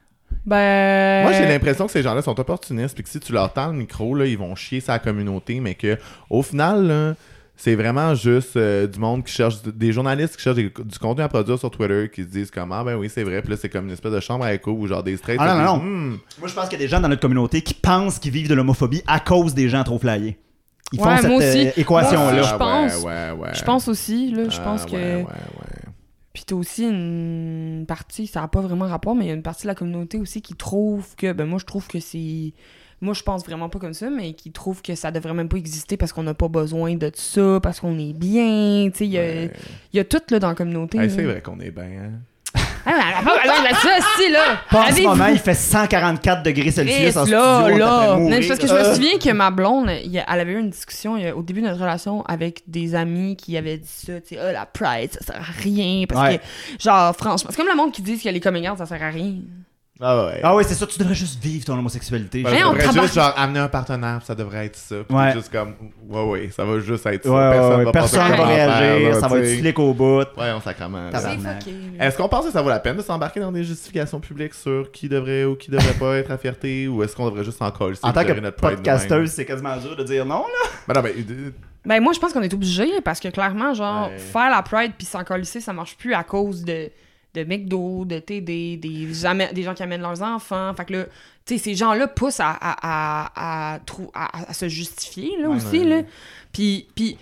Ben. moi, j'ai l'impression que ces gens-là sont opportunistes, puis que si tu leur tends le micro, là, ils vont chier sa communauté, mais que au final, là, c'est vraiment juste euh, du monde qui cherche, des journalistes qui cherchent des- du contenu à produire sur Twitter, qui se disent comme ah ben oui, c'est vrai, puis là, c'est comme une espèce de chambre à écho ou genre des straights. Ah non, qui non, disent, non. Hmm. Moi, je pense qu'il y a des gens dans notre communauté qui pensent qu'ils vivent de l'homophobie à cause des gens trop flyés. Ils font Ouais, cette moi aussi. euh, équation-là. Moi aussi, Ah, je pense. Ouais, ouais, ouais. Je pense aussi, là, je Ah, pense que... ouais, ouais, ouais. Puis t'as aussi une partie, ça n'a pas vraiment rapport, mais il y a une partie de la communauté aussi qui trouve que... Ben moi, je trouve que c'est... Moi, je pense vraiment pas comme ça, mais qui trouve que ça devrait même pas exister parce qu'on n'a pas besoin de ça, parce qu'on est bien, tu sais, il y a, Ouais. il y a tout, là, dans la communauté. Hey, là. c'est vrai qu'on est bien, hein? Ah, mais alors, là, ça, si, là! Pas en ce Avez-vous- moment, il fait cent quarante-quatre degrés Celsius en Chris, studio. là, on est là. en train de Non, mourir. c'est parce que je me Euh. souviens que ma blonde, il y a- elle avait eu une discussion il y a- au début de notre relation avec des amis qui avaient dit ça, tu sais, ah, la Pride, ça sert à rien. Parce Ouais. que, genre, franchement, c'est comme le monde qui dit que les coming out, ça sert à rien. Ah ouais. Ah oui, c'est ça, tu devrais juste vivre ton homosexualité. Ben, Mais ça on devrait travaille- juste genre amener un partenaire, ça devrait être ça. Puis Ouais. juste comme ouais ouais, ça va juste être ça. Ouais, ouais, personne ouais, va personne passer va un commentaire, réagir, là, ça va tu être sais. slick au bout. Ouais, on sacrament. Tabarnak. C'est Tabarnak. fucké. Est-ce qu'on pense que ça vaut la peine de s'embarquer dans des justifications publiques sur qui devrait ou qui devrait pas être à fierté, ou est-ce qu'on devrait juste en coller En tant que podcasteuse, c'est quasiment dur de dire non, là. Ben non, mais euh, Ben, moi, je pense qu'on est obligé parce que clairement, genre, Ouais. faire la Pride puis s'en colisser, ça marche plus à cause de, de McDo, de T D, des, amè- des gens qui amènent leurs enfants. Fait que là, tu sais, ces gens-là poussent à, à, à, à, trou- à- à se justifier, là, Ouais, aussi, ouais. là. Puis, puis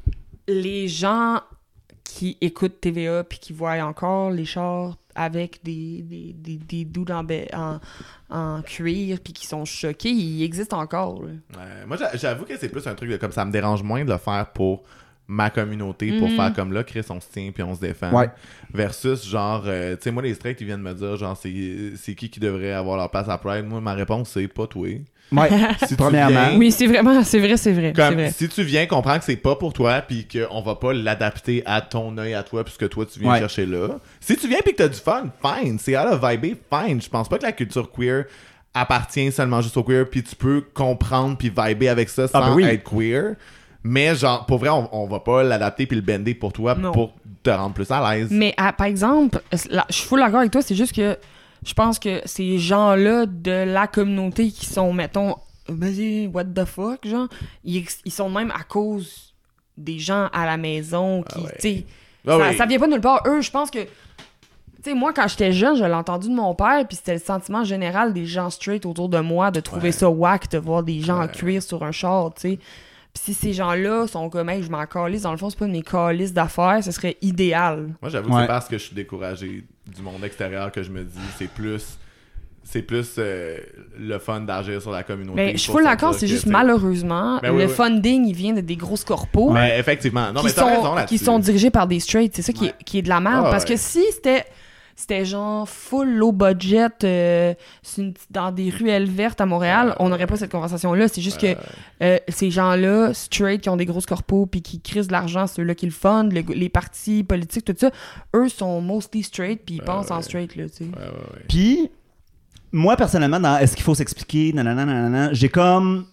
les gens qui écoutent T V A puis qui voient encore les chars avec des, des, des, des dudes en, ba- en, en cuir puis qui sont choqués, ils existent encore, là. ouais, moi j'a- j'avoue que c'est plus un truc de, comme ça me dérange moins de le faire pour ma communauté, pour Mhm. faire comme là, Chris, on se tient puis on se défend. Ouais. Versus genre, euh, tu sais, moi les straights ils viennent me dire genre c'est c'est qui qui devrait avoir leur place à Pride. Moi ma réponse c'est pas toi. Ouais. Si tu Premièrement. viens- Oui, c'est vraiment, c'est vrai, c'est vrai. c'est Comme vrai. si tu viens comprendre que c'est pas pour toi puis qu'on va pas l'adapter à ton œil à toi puisque toi tu viens Ouais. chercher là. Si tu viens puis que t'as du fun, fine, c'est à la vibe, fine. Je pense pas que la culture queer appartient seulement juste au queer puis tu peux comprendre puis vibrer avec ça sans Ah, ben oui. être queer. Mais genre pour vrai on, on va pas l'adapter puis le bender pour toi Non. pour te rendre plus à l'aise. Mais ah, par exemple, là, je suis full d'accord avec toi, c'est juste que je pense que ces gens-là de la communauté qui sont, mettons, vas-y, what the fuck, genre, ils, ex- ils sont même à cause des gens à la maison qui, Ah ouais. tu sais, Ah ça, oui. ça vient pas de nulle part. Eux, je pense que, tu sais, moi, quand j'étais jeune, je l'ai entendu de mon père, puis c'était le sentiment général des gens straight autour de moi de trouver Ouais. ça whack de voir des gens en Ouais. cuir sur un char, tu sais. Puis si ces gens-là sont comme, hey, je m'en calisse, dans le fond, c'est pas de mes calices d'affaires, ce serait idéal. Moi, j'avoue que Ouais. c'est parce que je suis découragé du monde extérieur que je me dis, c'est plus, c'est plus euh, le fun d'agir sur la communauté. Mais je suis pour full se d'accord, dire c'est que, juste tu sais, malheureusement, Ben le oui, oui. funding, il vient de des grosses corpos Mais effectivement, non, qui, mais t'as raison sont, là-dessus. qui sont dirigés par des straights. C'est ça qui, Ouais. est, qui est de la merde. Ah, parce ouais. que si c'était c'était genre full low budget euh, sur une petite- dans des ruelles vertes à Montréal, Ouais, on n'aurait pas cette conversation-là. C'est juste Ouais. que euh, ces gens-là, straight, qui ont des grosses corpos puis qui crisent de l'argent, ceux-là qui le fundent, le- les partis politiques, tout ça, eux sont mostly straight puis ils Ouais, pensent en ouais. straight, là, tu sais. Ouais, ouais, ouais. Puis, moi, personnellement, dans Est-ce qu'il faut s'expliquer, nanana, nanana, j'ai comme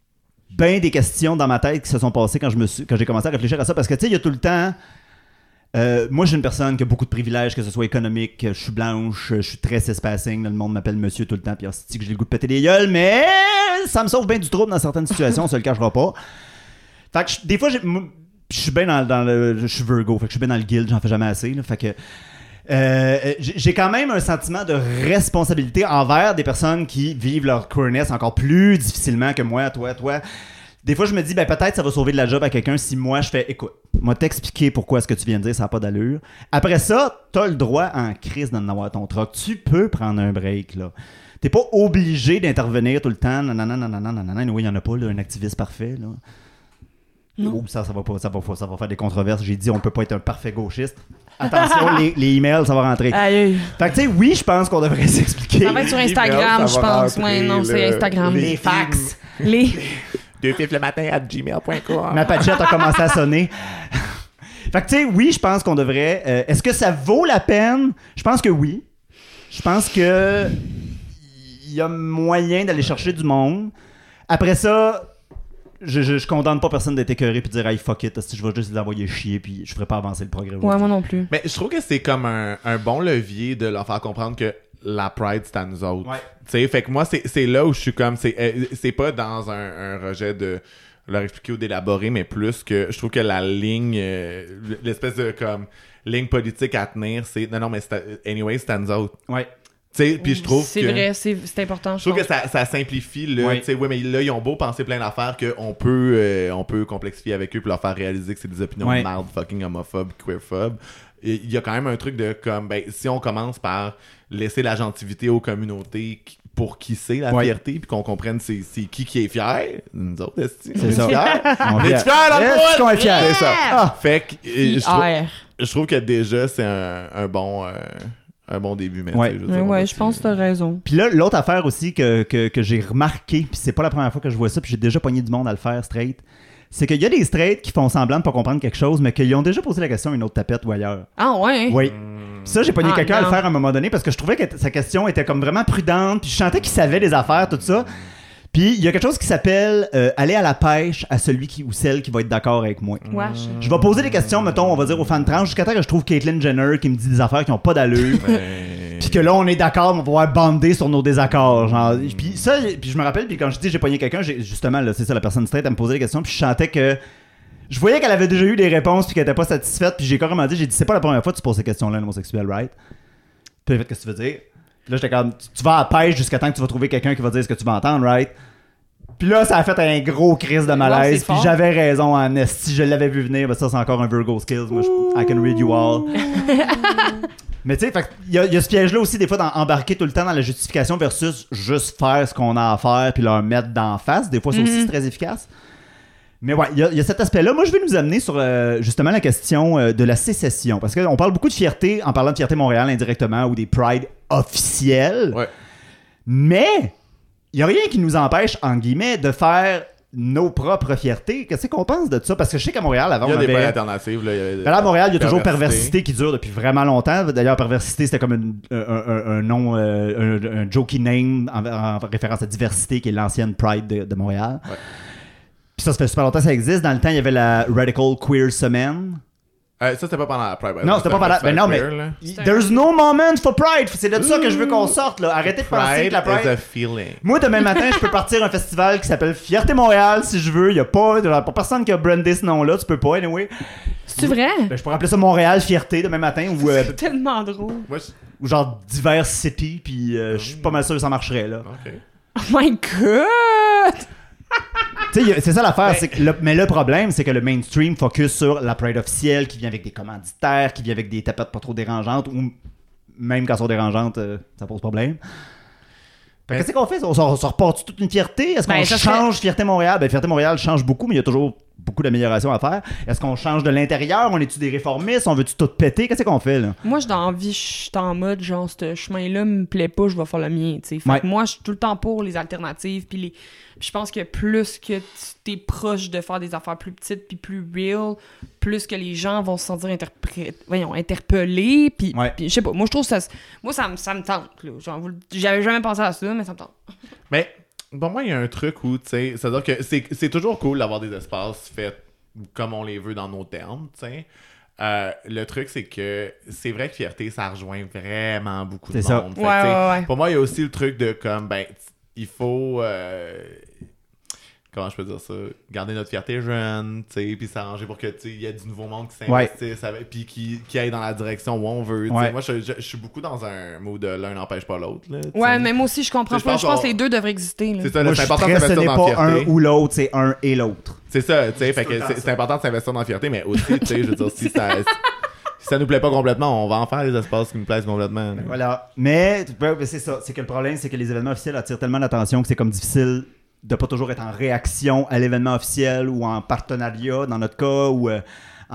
ben des questions dans ma tête qui se sont passées quand je me suis, quand j'ai commencé à réfléchir à ça. Parce que, tu sais, il y a tout le temps... euh, moi, je suis une personne qui a beaucoup de privilèges, que ce soit économique, je suis blanche, je suis très cis-passing, le monde m'appelle monsieur tout le temps, puis hostie que j'ai le goût de péter les gueules, mais ça me sauve bien du trouble dans certaines situations, on se le cachera pas. Fait que je- des fois, j'ai- moi, je suis bien dans, dans le... Je suis Virgo, fait que je suis bien dans le guild, j'en fais jamais assez, là, fait que... Euh, j'ai quand même un sentiment de responsabilité envers des personnes qui vivent leur queerness encore plus difficilement que moi, toi, toi. Des fois, je me dis, ben peut-être ça va sauver de la job à quelqu'un si moi, je fais, écoute, moi t'expliquer pourquoi ce que tu viens de dire, ça n'a pas d'allure. Après ça, t'as le droit en crise d'en avoir ton truck. Tu peux prendre un break, là. T'es pas obligé d'intervenir tout le temps. Nanana, nanana, nanana. Oui, il n'y en a pas, là, un activiste parfait, là. Non. Oh, ça, ça va pas, ça va, ça va faire des controverses. J'ai dit, on peut pas être un parfait gauchiste. Attention, les, les emails, ça va rentrer. Aïe, aïe. Fait que, tu sais, oui, je pense qu'on devrait s'expliquer. Ça va être sur Instagram, Email, je ça va pense. rentrer, Ouais, non, le- c'est Instagram. les Les fax. Les. Deux fifs le matin à gmail point com. Ma pagette a commencé à sonner. Fait que, tu sais, oui, je pense qu'on devrait... euh, est-ce que ça vaut la peine? Je pense que oui. Je pense que il y a moyen d'aller chercher du monde. Après ça... Je, je, je condamne pas personne d'être écœuré puis de dire hey fuck it, je vais juste les envoyer chier puis je ferai pas avancer le progrès. Ouais, moi non plus. Mais je trouve que c'est comme un, un bon levier de leur faire comprendre que la Pride, c'est à nous autres. Ouais. Tu sais, fait que moi, c'est, c'est là où je suis comme... C'est, euh, c'est pas dans un, un rejet de leur expliquer ou d'élaborer, mais plus que je trouve que la ligne... euh, l'espèce de comme ligne politique à tenir, c'est... Non, non, mais c'est à, anyway, c'est à nous autres. Ouais. Tu sais, puis je trouve C'est que... vrai, c'est, c'est important. Je trouve que ça, ça simplifie là, Ouais. tu sais, ouais, mais là ils ont beau penser plein d'affaires qu'on peut euh, on peut complexifier avec eux pour leur faire réaliser que c'est des opinions Ouais. de merde, fucking homophobes, queerphobes. Et il y a quand même un truc de comme ben si on commence par laisser la gentilité aux communautés qui- pour qui c'est la Ouais. fierté puis qu'on comprenne c'est, c'est qui qui est fier, nous autres, est-ce que- C'est on est ça. fiers? On On est vient- fiers dans le Est-ce bout! qu'on est fiers? C'est ça. Ah! Fait que euh, je trouve, I R. je trouve que déjà c'est un, un bon euh, un bon début, mais Ouais. tu sais, je veux Ouais, dire, on ouais, va- je pense que t'as raison. Puis là, l'autre affaire aussi que, que, que j'ai remarqué, puis c'est pas la première fois que je vois ça, puis j'ai déjà pogné du monde à le faire straight, c'est qu'il y a des straights qui font semblant de pas comprendre quelque chose, mais qu'ils ont déjà posé la question à une autre tapette ou ailleurs. Ah ouais? Oui. Ça, j'ai pogné Ah, quelqu'un à le non. faire à un moment donné parce que je trouvais que sa question était comme vraiment prudente, puis je sentais qu'il savait les affaires, tout ça. Puis il y a quelque chose qui s'appelle euh, aller à la pêche à celui qui ou celle qui va être d'accord avec moi. Wesh. Je vais poser des questions, mettons, on va dire aux fans trans, jusqu'à temps que je trouve Caitlyn Jenner qui me dit des affaires qui ont pas d'allure. Ouais. Puis que là, on est d'accord, on va pouvoir bander sur nos désaccords. Genre. Puis ça, puis je me rappelle, puis quand je dis j'ai pogné quelqu'un, j'ai, justement, là, c'est ça, la personne straight, elle me posait des questions, puis je sentais que. Je voyais qu'elle avait déjà eu des réponses, puis qu'elle était pas satisfaite, puis j'ai carrément dit, j'ai dit, c'est pas la première fois que tu poses ces questions-là, l'homosexuel, right? Puis elle a fait, qu'est-ce que tu veux dire? Puis là, j'étais comme, tu, tu vas à la pêche jusqu'à temps que tu vas trouver quelqu'un qui va dire ce que tu vas entendre, right? Puis là, ça a fait un gros crise de malaise, c'est puis fort. j'avais raison en esti, je l'avais vu venir, mais ça, c'est encore un Virgo skills. Moi, je, I can read you all. Mais tu sais, il y, a- y a ce piège-là aussi, des fois, d'embarquer tout le temps dans la justification versus juste faire ce qu'on a à faire puis leur mettre d'en face. Des fois, ça aussi, Mhm. c'est très efficace. Mais ouais, il y, a- y a cet aspect-là. Moi, je vais nous amener sur euh, justement la question euh, de la sécession. Parce qu'on parle beaucoup de fierté en parlant de Fierté Montréal indirectement ou des Pride officiels. Ouais. Mais il n'y a rien qui nous empêche, en guillemets, de faire nos propres fiertés. Qu'est-ce qu'on pense de ça? Parce que je sais qu'à Montréal, avant, Il y a on des avait... bonnes alternatives. Là. Il y a- Ben là, à Montréal, il y a toujours Perversité. Perversité qui dure depuis vraiment longtemps. D'ailleurs, Perversité, c'était comme une- un, un- un nom, euh, un, un jokey name en, en référence à Diversité, qui est l'ancienne Pride de, de Montréal. Ouais. Puis ça, ça fait super longtemps que ça existe. Dans le temps, il y avait la Radical Queer Semaine. Euh, ça, c'était pas pendant la Pride. Non, c'était pas pendant- un ben non, mais- festival queer, là. C'est There's no moment for Pride. C'est de ça que je veux qu'on sorte. Là. Arrêtez de penser Pride que la is a Pride... feeling. Moi, demain matin, je peux partir à un festival qui s'appelle Fierté Montréal, si je veux. Il n'y a pas, il y a pas personne qui a brandé ce nom-là. Tu peux pas, anyway. C'est vrai? Ben, je pourrais appeler ça Montréal Fierté demain matin ou... euh, C'est tellement drôle. Moi, je... ou genre Divers City, puis euh, je suis pas mal sûr que ça marcherait là. Ok. Oh my god! Tu sais, y a- c'est ça l'affaire, c'est que le- mais le problème, c'est que le mainstream focus sur la Pride officielle qui vient avec des commanditaires, qui vient avec des tapettes pas trop dérangeantes, ou même quand elles sont dérangeantes, euh, ça pose problème. Fait que Qu'est-ce qu'on fait? On, s'en- on se reporte toute une fierté? Est-ce qu'on Ben, ça change Fierté Montréal? Ben, Fierté Montréal change beaucoup, mais il y a toujours beaucoup d'améliorations à faire. Est-ce qu'on change de l'intérieur? On est-tu des réformistes? On veut-tu tout péter? Qu'est-ce qu'on fait, là? Moi, je dans la vie, je suis en mode, genre, ce chemin-là me plaît pas, je vais faire le mien, tu sais. Fait Ouais. que moi, je suis tout le temps pour les alternatives, puis les... puis je pense que plus que tu t'es proche de faire des affaires plus petites puis plus real, plus que les gens vont se sentir interpré... Voyons, interpellés, puis Ouais. puis je sais pas, moi, je trouve ça... Moi, ça, me- ça me tente, là. Genre, vous le- j'avais jamais pensé à ça, mais ça me tente. Mais pour moi, il y a un truc où, tu sais, c'est-à-dire que c'est, c'est toujours cool d'avoir des espaces faits comme on les veut dans nos termes, tu sais. Euh, le truc, c'est que c'est vrai que fierté, ça rejoint vraiment beaucoup de C'est ça. monde. Fait Ouais, que, tu sais, ouais, ouais. Pour moi, il y a aussi le truc de comme, ben, t- il faut. euh, comment je peux dire ça, garder notre fierté jeune, tu sais, puis s'arranger pour que, tu sais, il y ait du nouveau monde qui s'investisse, ouais. avec, puis qui, qui aille dans la direction où on veut, tu sais. Ouais. Moi, je, je, je suis beaucoup dans un mode de l'un n'empêche pas l'autre, là. Ouais, mais moi aussi, je comprends. Je pense, je pense que les deux devraient exister, là. C'est ça, moi, c'est important de s'investir dans la fierté. Ce n'est pas un ou l'autre, c'est un et l'autre. C'est ça, tu sais, fait que c'est, c'est important de s'investir dans la fierté, mais aussi, tu sais, je veux dire, si ça... Si ça nous plaît pas complètement, on va en faire les espaces qui nous plaisent complètement. Voilà. Mais c'est ça. C'est que le problème, c'est que les événements officiels attirent tellement l'attention que c'est comme difficile de pas toujours être en réaction à l'événement officiel ou en partenariat, dans notre cas, ou euh,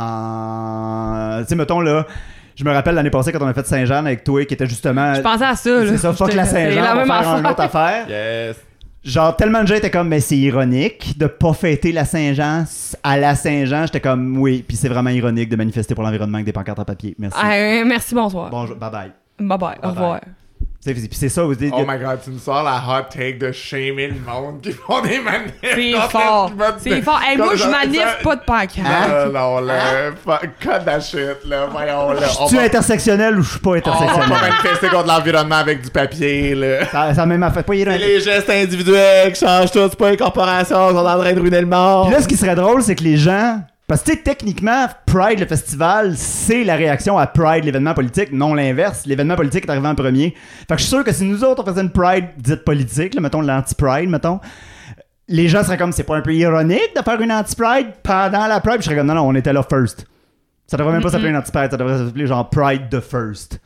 en... Tu sais, mettons, là... Je me rappelle l'année passée quand on a fait Saint-Jean avec toi, qui était justement... Je pensais à ça, là. C'est ça, fuck la Saint-Jean, on va faire une autre affaire. Yes. Genre, tellement de gens étaient comme, mais c'est ironique de pas fêter la Saint-Jean à la Saint-Jean. J'étais comme, oui, puis c'est vraiment ironique de manifester pour l'environnement avec des pancartes en papier. Merci. Euh, merci, bonsoir. Bonjour, bye bye. Bye bye, au revoir. Puis c'est ça. Vous dites, oh my god, tu nous sors la hot take de shamer le monde qui font des manifs. C'est fort. C'est fort. Hey, moi, je manif pas de pancarte. Non, non, là. Cut that shit, là. Voyons, là. Je suis intersectionnel ou je suis pas intersectionnel? On va pas manifester contre l'environnement avec du papier, là. Ça, ça même fait pas C'est les gestes individuels qui changent tout. C'est pas les corporations qui sont en train de ruiner le monde. Puis là, ce qui serait drôle, c'est que les gens... Parce que, tu sais, techniquement, Pride, le festival, c'est la réaction à Pride, l'événement politique, non l'inverse. L'événement politique est arrivé en premier. Fait que je suis sûr que si nous autres, on faisait une Pride dite politique, là, mettons l'anti-Pride, mettons, les gens seraient comme, c'est pas un peu ironique de faire une anti-Pride pendant la Pride? Puis je serais comme, non, non, on était là first. Ça devrait même pas s'appeler une anti-Pride, ça devrait s'appeler genre Pride the First.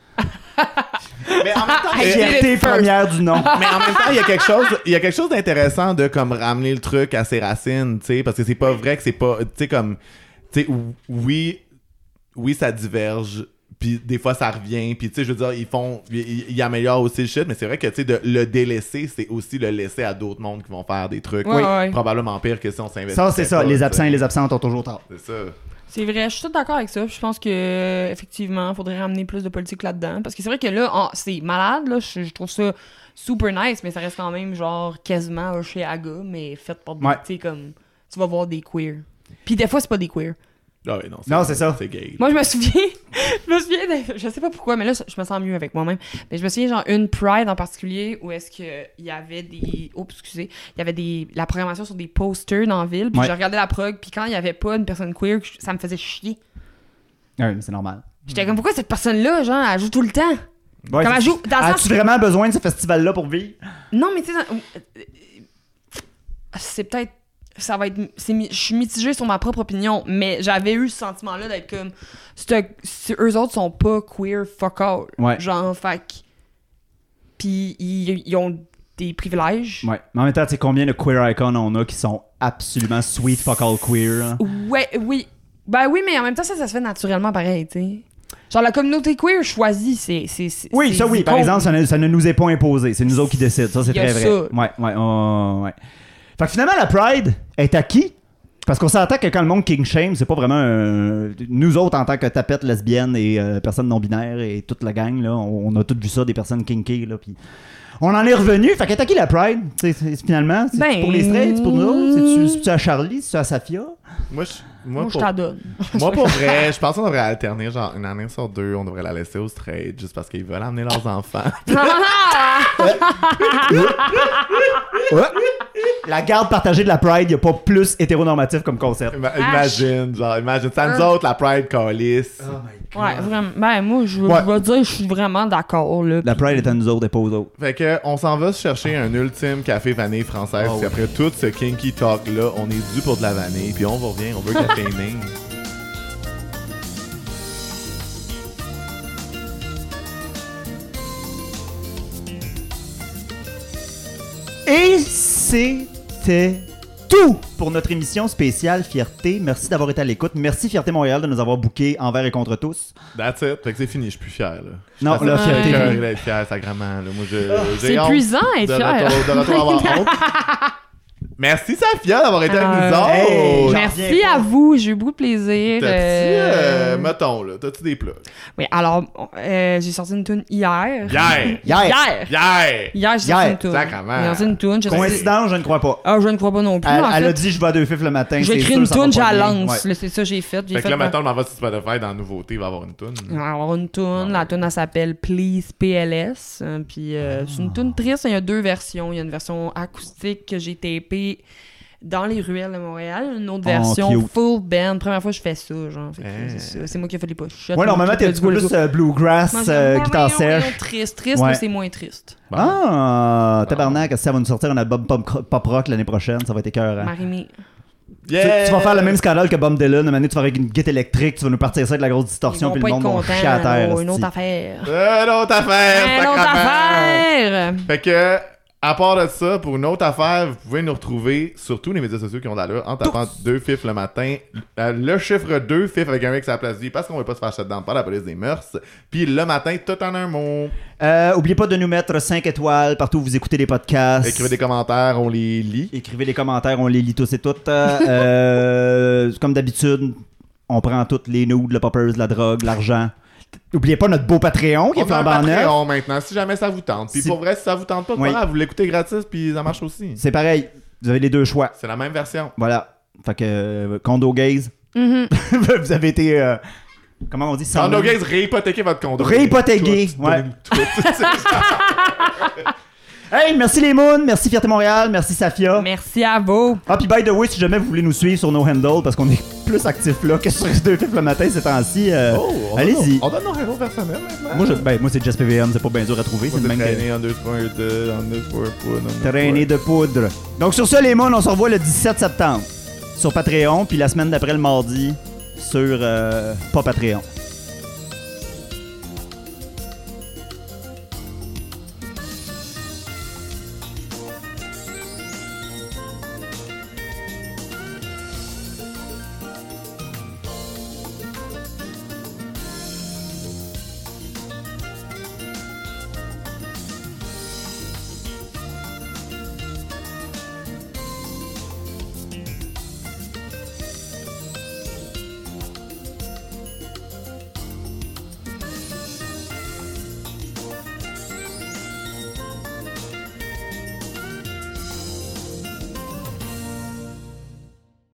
Mais en même temps, fierté première du nom. Mais en même temps, il y a quelque chose, il y a quelque chose d'intéressant de comme ramener le truc à ses racines, tu sais, parce que c'est pas vrai que c'est pas, tu sais comme, tu sais, oui, oui, ça diverge, puis des fois ça revient, puis tu sais, je veux dire, ils font, ils, ils améliorent aussi le shit, mais c'est vrai que tu sais, de le délaisser, c'est aussi le laisser à d'autres mondes qui vont faire des trucs, ouais, ouais. probablement pire que si on s'investit. Ça, c'est ça. Pas, les absents et les absentes ont toujours tort. C'est ça. C'est vrai, je suis tout d'accord avec ça. Je pense que effectivement, il faudrait ramener plus de politique là-dedans. Parce que c'est vrai que là, oh, c'est malade, là. Je, je trouve ça super nice, mais ça reste quand même genre quasiment chez Aga, mais fait par des. Ouais. Tu sais, comme. Tu vas voir des queers. Puis des fois, c'est pas des queers. Ah oui, non, c'est, non, c'est ça. C'est gay. Moi, je me souviens. je me souviens de, je sais pas pourquoi, mais là, je me sens mieux avec moi-même. Mais je me souviens, genre, une Pride en particulier où est-ce qu'il y avait des. Oh, excusez. Il y avait des. La programmation sur des posters dans la ville. Puis ouais. je regardais la prog. Puis quand il y avait pas une personne queer, ça me faisait chier. Oui, mais c'est normal. J'étais comme, pourquoi cette personne-là, genre, elle joue tout le temps? Ouais, comme elle joue. Dans le As-tu sens que... vraiment besoin de ce festival-là pour vivre? Non, mais tu sais, dans... c'est peut-être. Ça va être. C'est... Je suis mitigée sur ma propre opinion, mais j'avais eu ce sentiment-là d'être comme. C'est... C'est... Eux autres sont pas queer, fuck all. Ouais. Genre, fait que. Puis ils... ils ont des privilèges. Ouais. Mais en même temps, tu sais combien de queer icons on a qui sont absolument sweet fuck all queer? Hein? Ouais, oui. Ben oui, mais en même temps, ça, ça se fait naturellement pareil, tu sais. Genre, la communauté queer choisie, c'est... c'est, c'est oui, c'est ça oui. Par exemple, ça ne, ça ne nous est pas imposé. C'est nous autres qui décident. Ça, c'est très vrai. Ça. Ouais, ouais, oh, ouais. Fait que finalement, la Pride est acquis. Parce qu'on s'entend que quand le monde king shame, c'est pas vraiment un... Nous autres, en tant que tapettes lesbiennes et euh, personnes non-binaires et toute la gang, là, on, on a tous vu ça, des personnes kinky, là, puis... On en est revenu. Fait qu'est-ce qui la Pride? C'est, c'est, finalement, c'est ben... pour les straights, c'est pour nous autres? C'est-tu, c'est-tu à Charlie? C'est-tu à Safia? Moi, je, moi, moi pour, je t'en donne. Moi, pour vrai, je pense qu'on devrait alterner, genre, une année sur deux, on devrait la laisser aux straight, juste parce qu'ils veulent amener leurs enfants. La garde partagée de la Pride, y a pas plus hétéronormatif comme concept. Ima- imagine, genre, imagine. C'est à nous autres, la Pride calisse. Oh my God. Ouais, vraiment. Ben, moi, je, ouais. je vais dire, je suis vraiment d'accord, là. La Pride est à nous autres et pas aux autres. Fait que, on s'en va se chercher un ultime café vanille française. Oh, puis après tout ce kinky talk-là, on est dû pour de la vanille. Puis on revient, on veut café Ming. Et c'était tout pour notre émission spéciale Fierté. Merci d'avoir été à l'écoute. Merci Fierté Montréal de nous avoir bookés envers et contre tous. That's it. Fait que c'est fini, je suis plus fier, là. Non, la fierté. Je suis d'être fier, sacrément. Là. Moi, je, oh, j'ai c'est épuisant être de fier. Retour, de retour avoir honte. Merci Safia d'avoir été euh, avec nous autres. Hey, merci à vous, j'ai eu beaucoup de plaisir. T'as-tu, euh, mettons, là, t'as-tu des plats? Oui, alors, euh, j'ai sorti une toune hier. Hier! Hier! Hier! Hier, j'ai sorti une toune. Sacrement. J'ai sorti une toune. Coïncidence, je ne crois pas. Ah, je ne crois pas non plus. Elle, en elle fait. a dit, je vais à deux fifs le matin. J'ai écrit une toune, j'ai la lance. Ouais. C'est ça que j'ai fait. J'ai fait fait que là, maintenant, on en va sur Spotify, dans la nouveauté, il va y avoir une toune. Il va y avoir une toune. La toune, elle s'appelle Please P L S. Puis, euh, c'est une toune triste. Il y a deux versions. Il y a une version acoustique que j'ai tapée dans les ruelles de Montréal, une autre Oh, version cute. full band. Première fois que je fais ça, genre. Fait que Hein. c'est ça. C'est moi qui ai fait les pochettes. Ouais, normalement, t'es un petit peu plus euh, bluegrass, euh, guitare sèche. Triste, triste, Ouais. mais c'est moins triste. Bon. Ah, tabarnak, est-ce que ça va nous sortir un album pop, pop rock l'année prochaine? Ça va être écœurant. Marimé. Tu, Yeah! tu vas faire le même scandale que Bob Dylan. Un moment donné, tu vas avec une guitare électrique, tu vas nous partir ça avec la grosse Ils distorsion, vont puis pas le être monde va contents. chier à terre. là, Une autre esti. affaire. Une autre affaire! Une autre sacrément! affaire! Fait que, à part de ça, pour une autre affaire, vous pouvez nous retrouver sur tous les médias sociaux qui ont d'allure en tapant deux fifs le matin. Euh, le chiffre deux fifs avec un mec à la place vie parce qu'on veut pas se faire shut down par la police des mœurs. Puis le matin, tout en un mot. Euh, oubliez pas de nous mettre cinq étoiles partout où vous écoutez les podcasts. Écrivez des commentaires, on les lit. Écrivez les commentaires, on les lit tous et toutes. Euh, comme d'habitude, on prend toutes les nudes, le poppers, la drogue, l'argent. Oubliez pas notre beau Patreon qui est On a un flambant neuf. Patreon maintenant, si jamais ça vous tente. Puis Si- pour vrai, si ça vous tente pas, Oui. voilà, vous l'écoutez gratis, puis ça marche aussi. C'est pareil, vous avez les deux choix. C'est la même version. Voilà. Fait que, euh, condo gaze, Mhm. vous avez été... euh, comment on dit ça? Condo Gaze, réhypothéquez votre condo. Réhypothéquer, Tout, ouais. tout, tout. Hey, merci les Moons, merci Fierté Montréal, merci Safia. Merci à vous. Ah, puis by the way, si jamais vous voulez nous suivre sur nos handles, parce qu'on est plus actifs là que sur les deux fifs le matin ces temps-ci, euh, Oh, on allez-y. donne- On donne nos réseaux personnels maintenant. Moi, je, ben, moi c'est Just P V M, c'est pas bien dur à trouver. Moi, C'est le c'est même que traîné underscore de underscore poudre, underscore. traîné de poudre. Donc sur ça, les Moons, on se revoit le dix-sept septembre sur Patreon, puis la semaine d'après le mardi sur euh, pas Patreon.